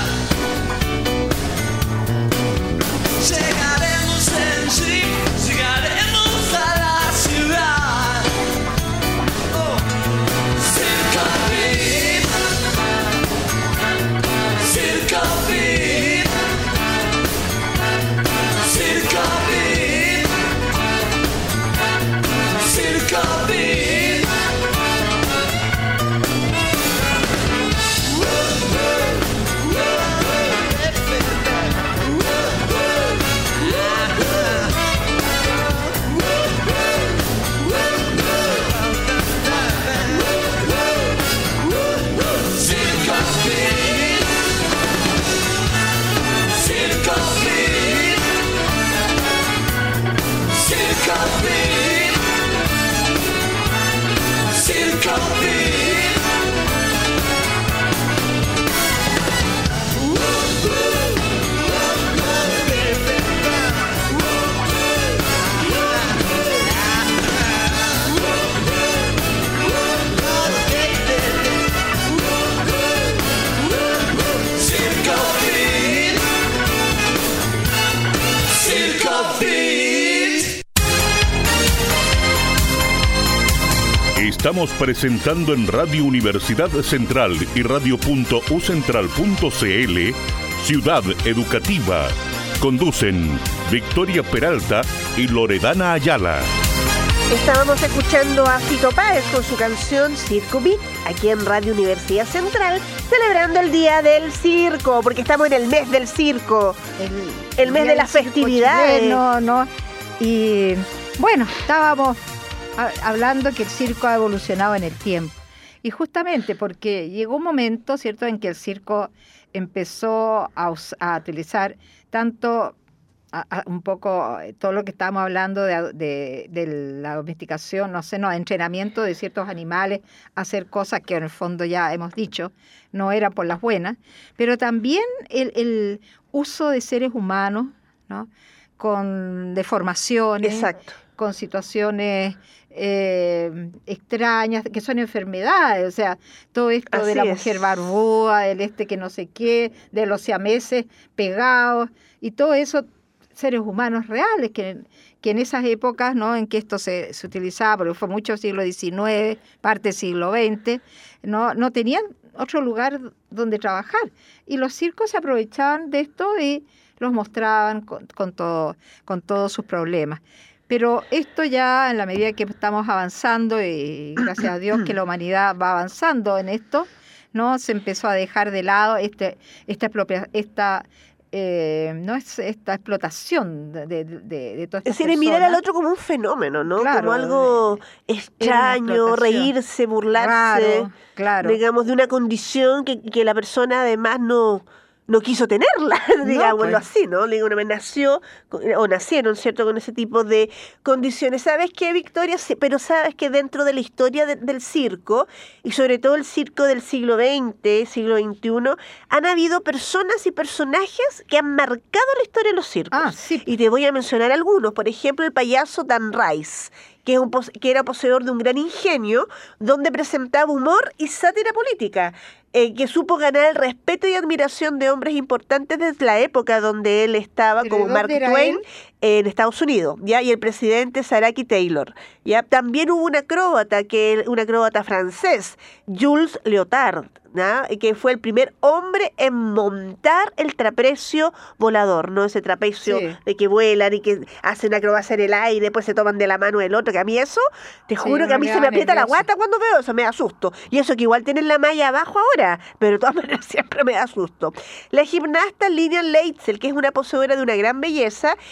S9: Llegaremos en jeep, llegaremos a la ciudad. Oh. Circo Beat, Circo Beat, Circo Beat, Circo Beat.
S2: Estamos presentando en Radio Universidad Central y radio punto u central punto c l Ciudad Educativa. Conducen Victoria Peralta y Loredana Ayala.
S4: Estábamos escuchando a Fito Páez con su canción Circo Beat, aquí en Radio Universidad Central, celebrando el Día del Circo, porque estamos en el mes del circo, el, el mes de las festividades.
S3: No, no. Y bueno, estábamos hablando que el circo ha evolucionado en el tiempo. Y justamente porque llegó un momento, ¿cierto?, en que el circo empezó a, us- a utilizar tanto, a, a un poco, todo lo que estábamos hablando de, de, de la domesticación, no sé, no, entrenamiento de ciertos animales, hacer cosas que en el fondo ya hemos dicho, no era por las buenas, pero también el, el uso de seres humanos, ¿no?, con deformaciones,
S4: exacto,
S3: con situaciones eh, extrañas, que son enfermedades, o sea, todo esto
S4: Así
S3: de la
S4: es.
S3: mujer barbuda, el este que no sé qué, de los siameses pegados, y todo eso, seres humanos reales, que, que en esas épocas, ¿no?, en que esto se, se utilizaba, porque fue mucho siglo diecinueve, parte del siglo veinte, no, no tenían otro lugar donde trabajar, y los circos se aprovechaban de esto y los mostraban con, con, todo, con todos sus problemas. Pero esto ya, en la medida que estamos avanzando, y gracias a Dios que la humanidad va avanzando en esto, ¿no?, se empezó a dejar de lado este, esta, propia, esta, eh, no es esta explotación de, de, de, de todas estas
S4: Es decir,
S3: personas.
S4: mirar al otro como un fenómeno, ¿no?
S3: Claro,
S4: como algo extraño, reírse, burlarse,
S3: Claro, claro.
S4: digamos, de una condición que, que la persona además no... no quiso tenerla, digámoslo
S3: pues.
S4: así, ¿no? Digo, me nació, o nacieron, ¿cierto?, con ese tipo de condiciones. ¿Sabes qué, Victoria? Sí, pero sabes que dentro de la historia de, del circo, y sobre todo el circo del siglo veinte, siglo veintiuno, han habido personas y personajes que han marcado la historia de los circos.
S3: Ah, sí.
S4: Y te voy a mencionar algunos. Por ejemplo, el payaso Dan Rice, que, es un pos- que era poseedor de un gran ingenio, donde presentaba humor y sátira política, eh, que supo ganar el respeto y admiración de hombres importantes desde la época donde él estaba,
S3: ¿Pero
S4: como
S3: de
S4: Mark
S3: dónde era
S4: Twain,
S3: él?
S4: en Estados Unidos, ¿ya? Y el presidente Saraki Taylor, ¿ya? También hubo un acróbata, que un acróbata francés, Jules Lyotard, ¿ya?, que fue el primer hombre en montar el trapecio volador, ¿no? Ese trapecio
S3: Sí.
S4: de que vuelan y que hacen acrobacia en el aire, después se toman de la mano del otro, que a mí eso, te
S3: Sí,
S4: juro que a
S3: me
S4: mí se
S3: quedaba
S4: me aprieta la
S3: nerviosa.
S4: guata cuando veo eso, me da susto. Y eso que igual tienen la malla abajo ahora, pero de todas maneras siempre me da susto. La gimnasta Lilian Leitzel, que es una poseedora de una gran belleza y que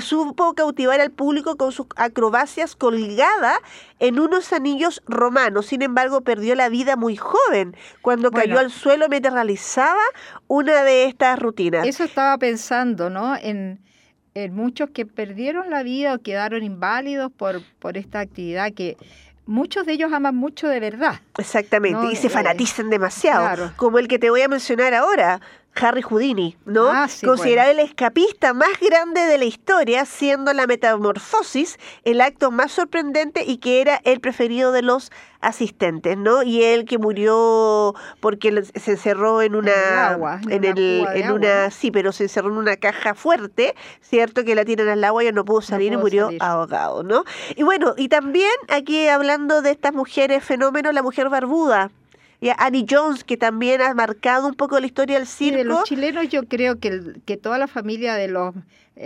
S4: supo cautivar al público con sus acrobacias colgada en unos anillos romanos. Sin embargo, perdió la vida muy joven cuando
S3: Bueno.
S4: cayó al suelo mientras realizaba una de estas rutinas.
S3: Eso estaba pensando, ¿no? En, en muchos que perdieron la vida o quedaron inválidos por, por esta actividad que muchos de ellos aman mucho de verdad.
S4: Exactamente,
S3: No,
S4: y se
S3: eh,
S4: fanatizan demasiado,
S3: claro.
S4: como el que te voy a mencionar ahora, Harry Houdini, ¿no?
S3: Ah, sí,
S4: Considerado el escapista más grande de la historia, siendo la metamorfosis el acto más sorprendente y que era el preferido de los asistentes, ¿no? Y él que murió porque lo- se encerró en una,
S3: En el agua, en
S4: en
S3: una
S4: el,
S3: cuba de
S4: en
S3: agua,
S4: una,
S3: ¿no?
S4: sí, pero se encerró en una caja fuerte, cierto, que la tiran al agua y no pudo salir y
S3: pudo
S4: murió
S3: salir.
S4: ahogado, ¿no? Y bueno, y también aquí hablando de estas mujeres fenómenos, la mujer barbuda. Y a Annie Jones, que también ha marcado un poco la historia del
S3: Y
S4: circo.
S3: de los chilenos yo creo que, el- que toda la familia de los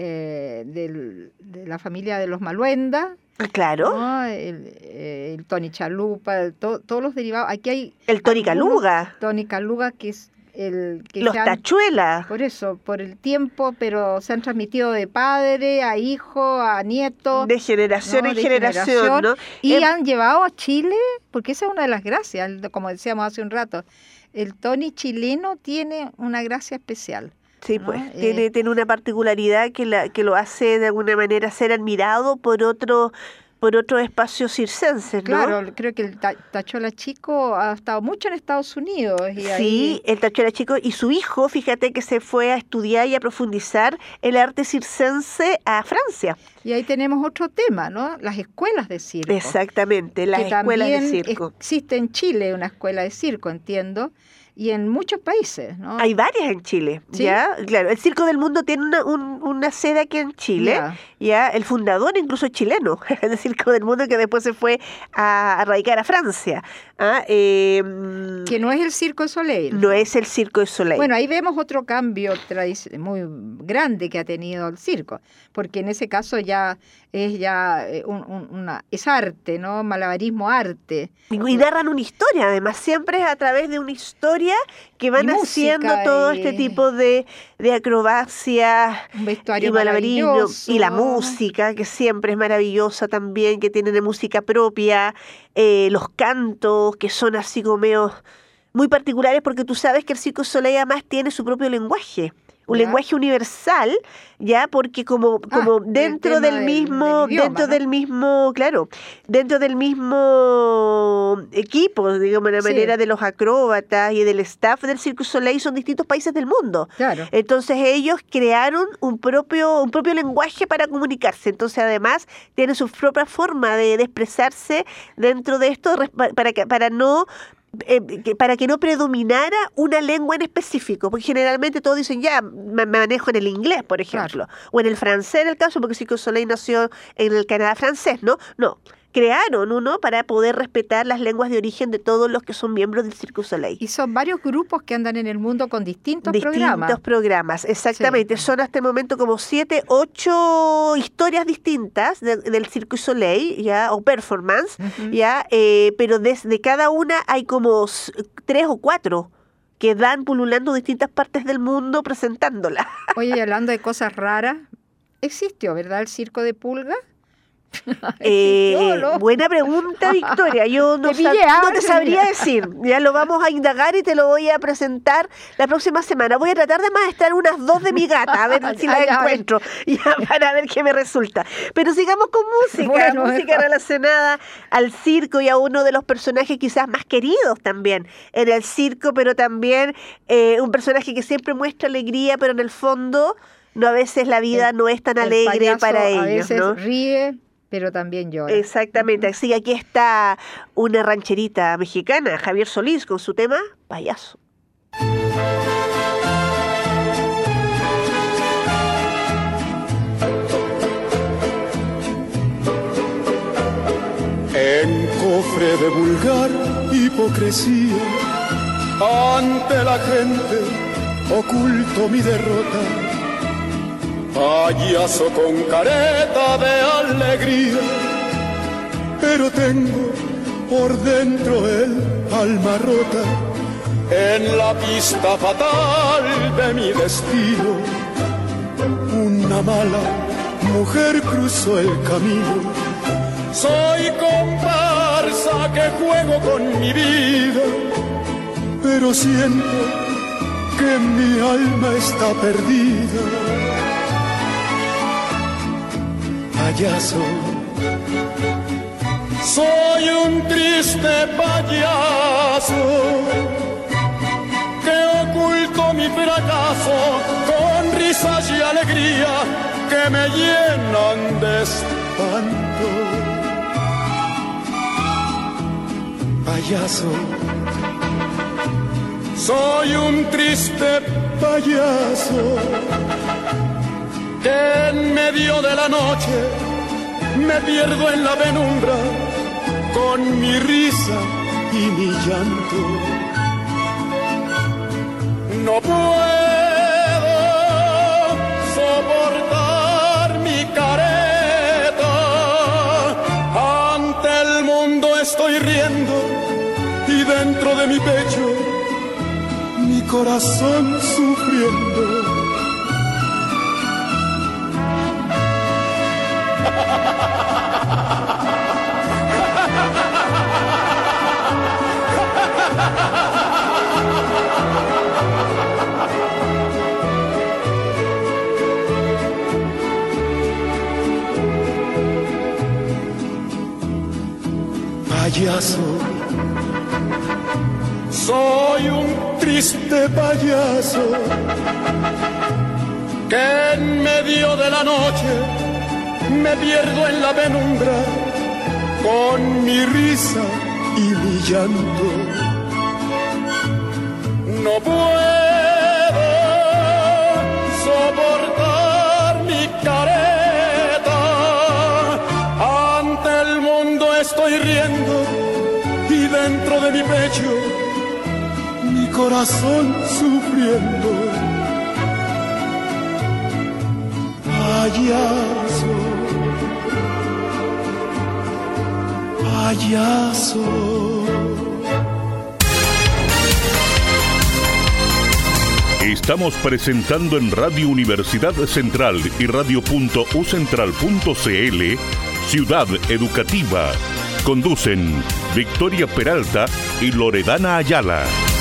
S3: eh, del- de la familia de los Maluenda,
S4: Ah, claro,
S3: ¿no? el, eh, el Tony Chalupa, el to- todos los derivados. Aquí hay
S4: el Tony
S3: algunos-
S4: Caluga,
S3: Tony Caluga, que es el que
S4: los
S3: se han-
S4: Tachuelas.
S3: por eso, por el tiempo, pero se han transmitido de padre a hijo, a nieto.
S4: De generación
S3: ¿no?
S4: en
S3: de
S4: generación, ¿no?
S3: Y
S4: Em-
S3: han llevado a Chile, porque esa es una de las gracias, el- como decíamos hace un rato, el Tony chileno tiene una gracia especial.
S4: Sí,
S3: ¿no?
S4: pues,
S3: Eh,
S4: tiene, tiene una particularidad que, la, que lo hace de alguna manera ser admirado por otro, por otros espacios circenses, ¿no?
S3: Claro, creo que el Ta- Tachuela Chico ha estado mucho en Estados Unidos. Y
S4: Sí,
S3: ahí,
S4: el Tachuela Chico y su hijo, fíjate que se fue a estudiar y a profundizar el arte circense a Francia.
S3: y ahí tenemos otro tema, ¿no? Las escuelas de circo.
S4: Exactamente, las
S3: que
S4: escuelas de
S3: también
S4: circo.
S3: existe en Chile una escuela de circo, entiendo, y en muchos países, ¿no?
S4: Hay varias en Chile,
S3: ¿Sí?
S4: ¿ya? Claro, el Circo del Mundo tiene una, un- una sede aquí en Chile,
S3: Ya.
S4: ¿ya? El fundador incluso es chileno, el Circo del Mundo, que después se fue a, a radicar a Francia. ¿ah? Eh,
S3: Que no es el Circo de Soleil.
S4: no es el Circo de Soleil.
S3: Bueno, ahí vemos otro cambio tradici- muy grande que ha tenido el circo, porque en ese caso ya es ya eh, un- un- una es arte, ¿no? Malabarismo arte.
S4: Y, y narran una historia, además, siempre es a través de una historia que van
S3: Y música
S4: haciendo todo
S3: y-
S4: este tipo de, de acrobacias
S3: Un vestuario
S4: y malabarismo,
S3: maravilloso.
S4: y la música, que siempre es maravillosa también, que tienen de música propia, eh, los cantos, que son así como medio muy particulares, porque tú sabes que el Circo du Soleil además tiene su propio lenguaje. Un
S3: Ya.
S4: lenguaje universal, ya, porque como,
S3: Ah,
S4: como
S3: el
S4: dentro
S3: tema
S4: del
S3: del-
S4: mismo,
S3: del idioma,
S4: dentro
S3: ¿no?
S4: del mismo, claro, dentro del mismo equipo, digamos, de
S3: Sí.
S4: manera de los acróbatas y del staff del Cirque du Soleil son distintos países del mundo.
S3: Claro.
S4: Entonces ellos crearon un propio, un propio lenguaje para comunicarse. Entonces además tienen su propia forma de, de expresarse dentro de esto res- para que, para no eh, que- para que no predominara una lengua en específico, porque generalmente todos dicen ya, me, me manejo en el inglés, por ejemplo, o en el francés en el caso, porque Cirque du Soleil nació en el Canadá francés, ¿no? No, crearon uno para poder respetar las lenguas de origen de todos los que son miembros del Cirque du Soleil.
S3: Y son varios grupos que andan en el mundo con distintos,
S4: Distintos
S3: programas.
S4: programas, exactamente. Son hasta el momento como siete, ocho historias distintas de- del Cirque du Soleil, ya, o performance,
S3: Ujú.
S4: ya, eh, pero desde cada una hay como s- tres o cuatro que dan pululando distintas partes del mundo presentándola.
S3: Oye, y hablando de cosas raras, existió, ¿verdad? El circo de pulga.
S4: Eh,
S3: Existió, ¿no?
S4: buena pregunta, Victoria. Yo no,
S3: Te
S4: sab-
S3: pillé, ¿ah?
S4: no te sabría decir. Ya lo vamos a indagar y te lo voy a presentar la próxima semana. Voy a tratar de maestrar unas dos de mi gata, a ver si las
S3: Ay, a ver.
S4: encuentro, ya, para ver qué me resulta. Pero sigamos con música,
S3: Bueno,
S4: música
S3: mejor.
S4: relacionada al circo y a uno de los personajes quizás más queridos también en el circo, pero también eh, un personaje que siempre muestra alegría, pero en el fondo no, a veces la vida
S3: El-
S4: no es tan
S3: El
S4: alegre
S3: payaso
S4: para
S3: a
S4: ellos,
S3: veces
S4: ¿no?
S3: ríe, pero también llora.
S4: Exactamente, así que aquí está una rancherita mexicana, Javier Solís, con su tema Payaso.
S10: En cofre de vulgar hipocresía, ante la gente oculto mi derrota. Payaso con careta de alegría, pero tengo por dentro el alma rota. En la pista fatal de mi destino, una mala mujer cruzó el camino. Soy comparsa que juego con mi vida, pero siento que mi alma está perdida. Payaso, soy un triste payaso que oculto mi fracaso con risas y alegría que me llenan de espanto. Payaso, soy un triste payaso que en medio de la noche me pierdo en la penumbra con mi risa y mi llanto. No puedo soportar mi careta, ante el mundo estoy riendo y dentro de mi pecho mi corazón sufriendo. Payaso, soy un triste payaso que en medio de la noche me pierdo en la penumbra con mi risa y mi llanto. No puedo soportar mi careta, ante el mundo estoy riendo y dentro de mi pecho mi corazón sufriendo. Payaso, payaso.
S2: Estamos presentando en Radio Universidad Central y radio punto u central punto c l Ciudad Educativa. Conducen Victoria Peralta y Loredana Ayala.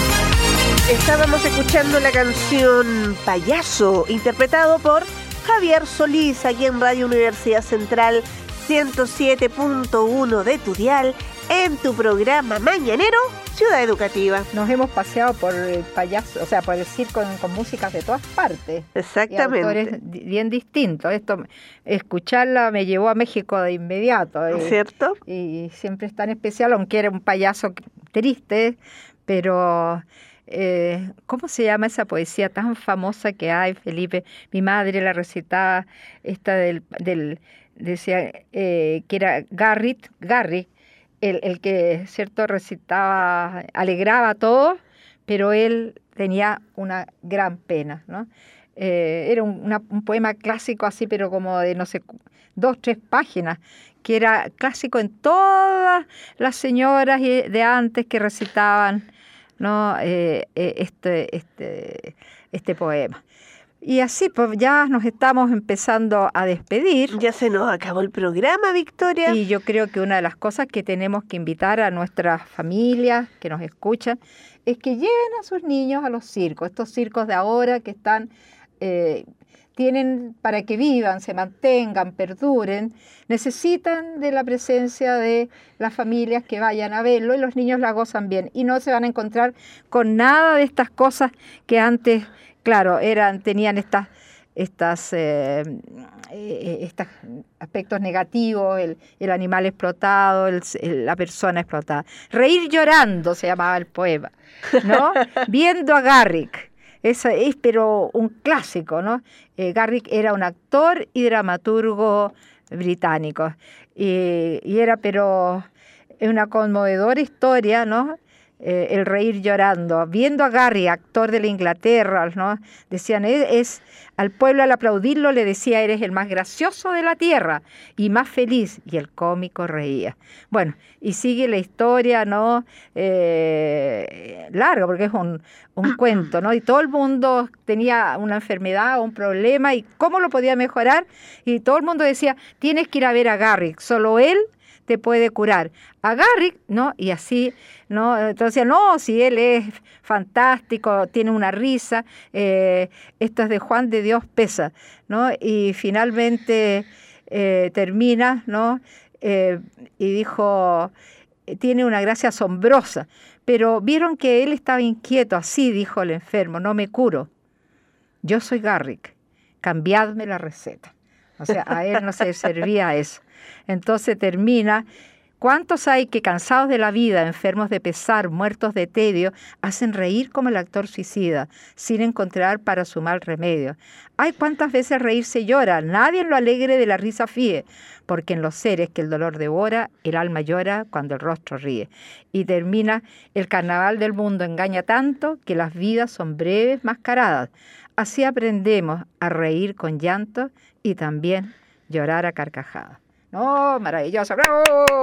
S4: Estábamos escuchando la canción Payaso, interpretado por Javier Solís, aquí en Radio Universidad Central ciento siete punto uno de tu dial, en tu programa mañanero Ciudad Educativa.
S3: Nos hemos paseado por el payaso, o sea, por el circo con, con músicas de todas partes.
S4: Exactamente.
S3: Y autores bien distintos. Esto, escucharla me llevó a México de inmediato.
S4: ¿Cierto?
S3: Y, y siempre es tan especial, aunque era un payaso triste, pero... Eh, ¿cómo se llama esa poesía tan famosa que hay, Felipe? Mi madre la recitaba, esta del, del decía eh, que era Garrett, Garrick, el, el que, cierto, recitaba, alegraba a todos, pero él tenía una gran pena, ¿no? Eh, era un, una, un poema clásico así, pero como de, no sé, dos, tres páginas, que era clásico en todas las señoras de antes que recitaban, ¿no? Eh, eh, este, este, este poema. Y así pues ya nos estamos empezando a despedir.
S4: Ya se nos acabó el programa, Victoria.
S3: Y yo creo que una de las cosas que tenemos que invitar a nuestras familias que nos escuchan es que lleven a sus niños a los circos, estos circos de ahora que están... Eh, tienen para que vivan, se mantengan, perduren, necesitan de la presencia de las familias que vayan a verlo y los niños la gozan bien y no se van a encontrar con nada de estas cosas que antes, claro, eran, tenían estas, estas, eh, eh, estos aspectos negativos, el, el animal explotado, el, el, la persona explotada. Reír llorando se llamaba el poema, ¿no? Viendo a Garrick. Esa es, pero un clásico, ¿no? Eh, Garrick era un actor y dramaturgo británico. Y, y era, pero, una conmovedora historia, ¿no? eh, el reír llorando. Viendo a Garrick, actor de la Inglaterra, ¿no? Decían, es, es al pueblo al aplaudirlo le decía, eres el más gracioso de la tierra y más feliz, y el cómico reía. Bueno, y sigue la historia, ¿no? Eh, larga, porque es un, un cuento, ¿no? Y todo el mundo tenía una enfermedad o un problema, y cómo lo podía mejorar, y todo el mundo decía, tienes que ir a ver a Garrick, solo él te puede curar. A Garrick, ¿no? Y así, ¿no? Entonces, no, si él es fantástico, tiene una risa, eh, esto es de Juan de Dios pesa, ¿no? Y finalmente eh, termina, ¿no? Eh, y dijo, tiene una gracia asombrosa, pero vieron que él estaba inquieto, así dijo el enfermo, no me curo, yo soy Garrick, cambiadme la receta. O sea, a él no se le servía eso. Entonces termina, ¿cuántos hay que cansados de la vida, enfermos de pesar, muertos de tedio, hacen reír como el actor suicida, sin encontrar para su mal remedio? Ay, cuántas veces reírse llora, nadie en lo alegre de la risa fíe, porque en los seres que el dolor devora, el alma llora cuando el rostro ríe. Y termina, el carnaval del mundo engaña tanto que las vidas son breves mascaradas. Así aprendemos a reír con llanto y también llorar a carcajadas. ¡No, maravilloso! ¡Bravo!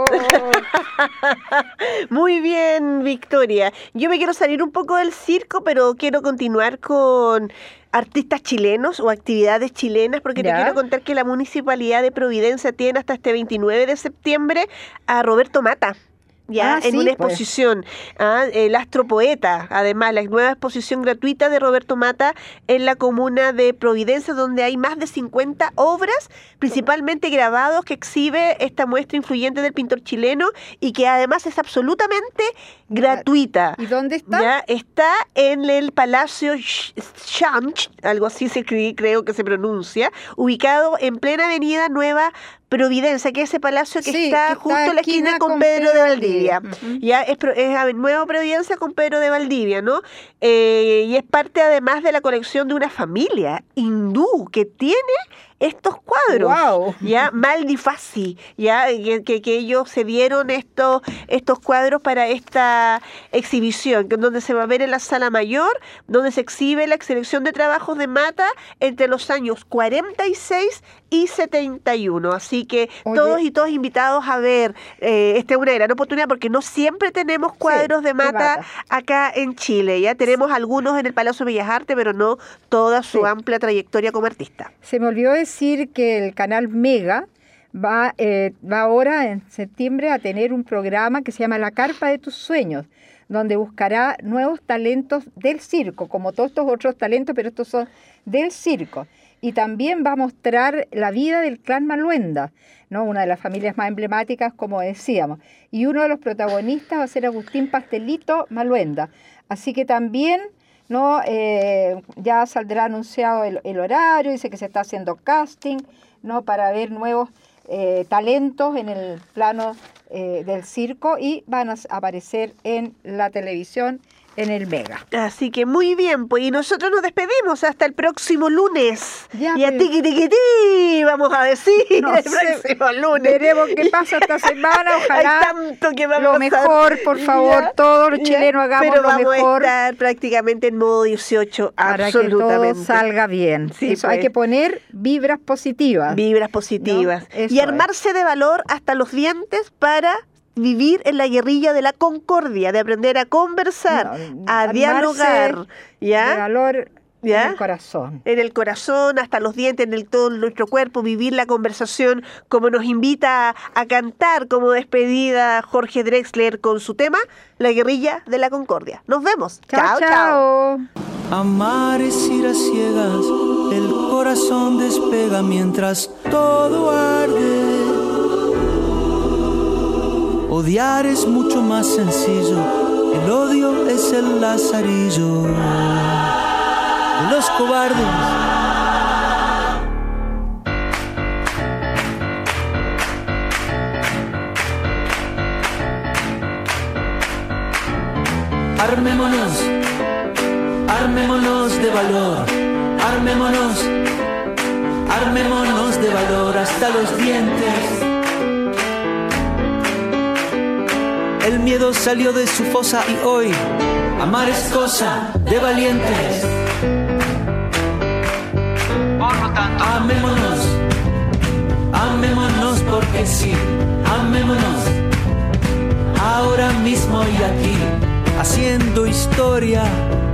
S4: Muy bien, Victoria. Yo me quiero salir un poco del circo, pero quiero continuar con artistas chilenos o actividades chilenas, porque ¿Ya? te quiero contar que la Municipalidad de Providencia tiene hasta este veintinueve de septiembre a Roberto Mata. Ya, ah, en sí, una exposición, pues. ¿ah? El astropoeta, además, la nueva exposición gratuita de Roberto Mata en la comuna de Providencia, donde hay más de cincuenta obras, principalmente grabados, que exhibe esta muestra influyente del pintor chileno y que además es absolutamente gratuita.
S3: ¿Y dónde está?
S4: Ya, está en el Palacio Schanch, algo así se cree, creo que se pronuncia, ubicado en plena avenida Nueva Providencia, que es ese palacio que sí, está que justo está en la esquina, esquina con, con Pedro, Pedro de Valdivia. Uh-huh. Ya es, es Nueva Providencia con Pedro de Valdivia, ¿no? Eh, y es parte además de la colección de una familia hindú que tiene estos cuadros, wow. ya Maldifasi, ya que, que ellos se dieron estos estos cuadros para esta exhibición, que donde se va a ver en la sala mayor, donde se exhibe la selección de trabajos de Mata entre los años cuarenta y seis y setenta y uno. Así que Oye. todos y todos invitados a ver. Eh, esta es una gran oportunidad porque no siempre tenemos cuadros sí, de, Mata de Mata acá en Chile. Ya tenemos sí. algunos en el Palacio Bellas Artes, pero no toda su sí. amplia trayectoria como artista.
S3: Se me olvidó decir que el canal Mega va, eh, va ahora en septiembre a tener un programa que se llama La Carpa de tus Sueños, donde buscará nuevos talentos del circo, como todos estos otros talentos, pero estos son del circo. Y también va a mostrar la vida del clan Maluenda, ¿no? Una de las familias más emblemáticas, como decíamos. Y uno de los protagonistas va a ser Agustín Pastelito Maluenda. Así que también, ¿no? Eh, ya saldrá anunciado el, el horario, dice que se está haciendo casting, ¿no? Para ver nuevos eh, talentos en el plano eh, del circo, y van a aparecer en la televisión, en el Mega.
S4: Así que muy bien, pues, y nosotros nos despedimos hasta el próximo lunes.
S3: Ya,
S4: y a ti, ti, ti, vamos a decir
S3: no
S4: el
S3: sé,
S4: próximo lunes.
S3: Veremos qué pasa esta semana, ojalá
S4: hay tanto que va a
S3: lo
S4: pasar.
S3: Mejor, por favor, ya, todos los chilenos ya, hagamos
S4: pero
S3: lo mejor.
S4: Pero vamos a estar prácticamente en modo dieciocho,
S3: para
S4: absolutamente.
S3: Que todo salga bien.
S4: Sí,
S3: Eso,
S4: pues.
S3: Hay que poner vibras positivas.
S4: Vibras positivas. ¿No? Y armarse es. de valor hasta los dientes para vivir en la guerrilla de la concordia, de aprender a conversar, no, a dialogar, ¿ya?
S3: De valor
S4: ¿Ya?
S3: en el corazón.
S4: En el corazón, hasta los dientes, en el, todo nuestro cuerpo, vivir la conversación como nos invita a, a cantar como despedida Jorge Drexler con su tema, La guerrilla de la concordia. Nos vemos.
S3: Chao,
S4: chao. chao.
S9: Amar es ir a ciegas, el corazón despega mientras todo arde. Odiar es mucho más sencillo, el odio es el lazarillo de los cobardes. Armémonos, armémonos de valor, armémonos, armémonos de valor hasta los dientes. El miedo miedo salió de su fosa y hoy amar es cosa de valientes. Por lo tanto, amémonos, amémonos porque sí, amémonos, ahora mismo y aquí, haciendo historia.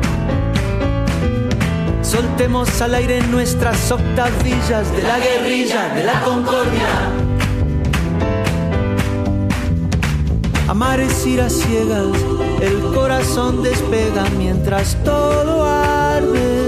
S9: Soltemos al aire nuestras octavillas de la guerrilla, de la concordia. Amar es ir a ciegas, el corazón despega mientras todo arde.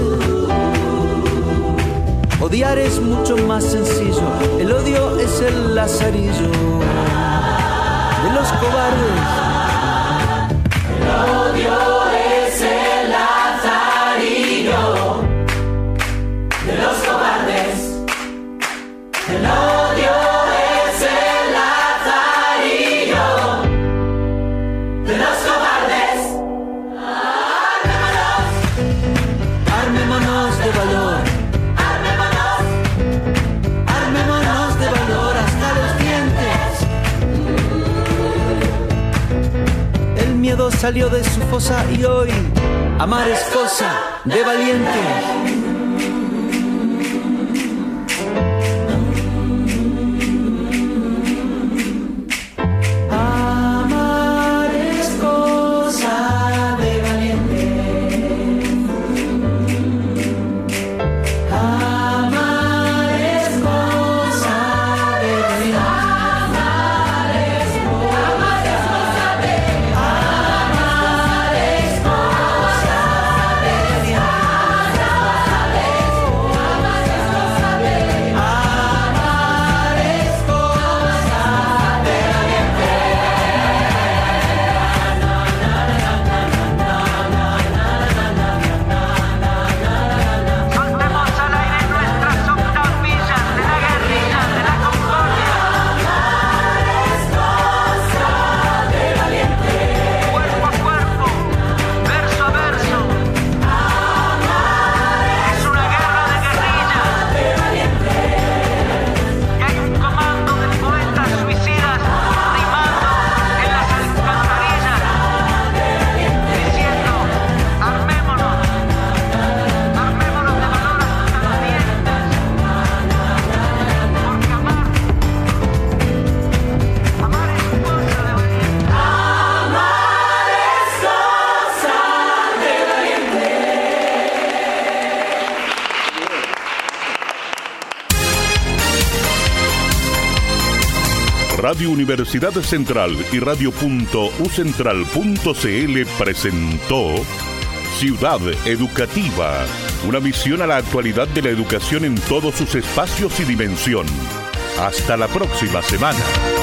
S9: Odiar es mucho más sencillo, el odio es el lazarillo de los cobardes.
S11: El odio es el lazarillo de los cobardes. El odio es el lazarillo de los cobardes. Armémonos,
S9: armémonos de valor,
S11: armémonos,
S9: armémonos de valor hasta los dientes. El miedo salió de su fosa y hoy amar es cosa de valientes.
S2: Radio Universidad Central y radio punto u central punto c l presentó Ciudad Educativa, una visión a la actualidad de la educación en todos sus espacios y dimensión. Hasta la próxima semana.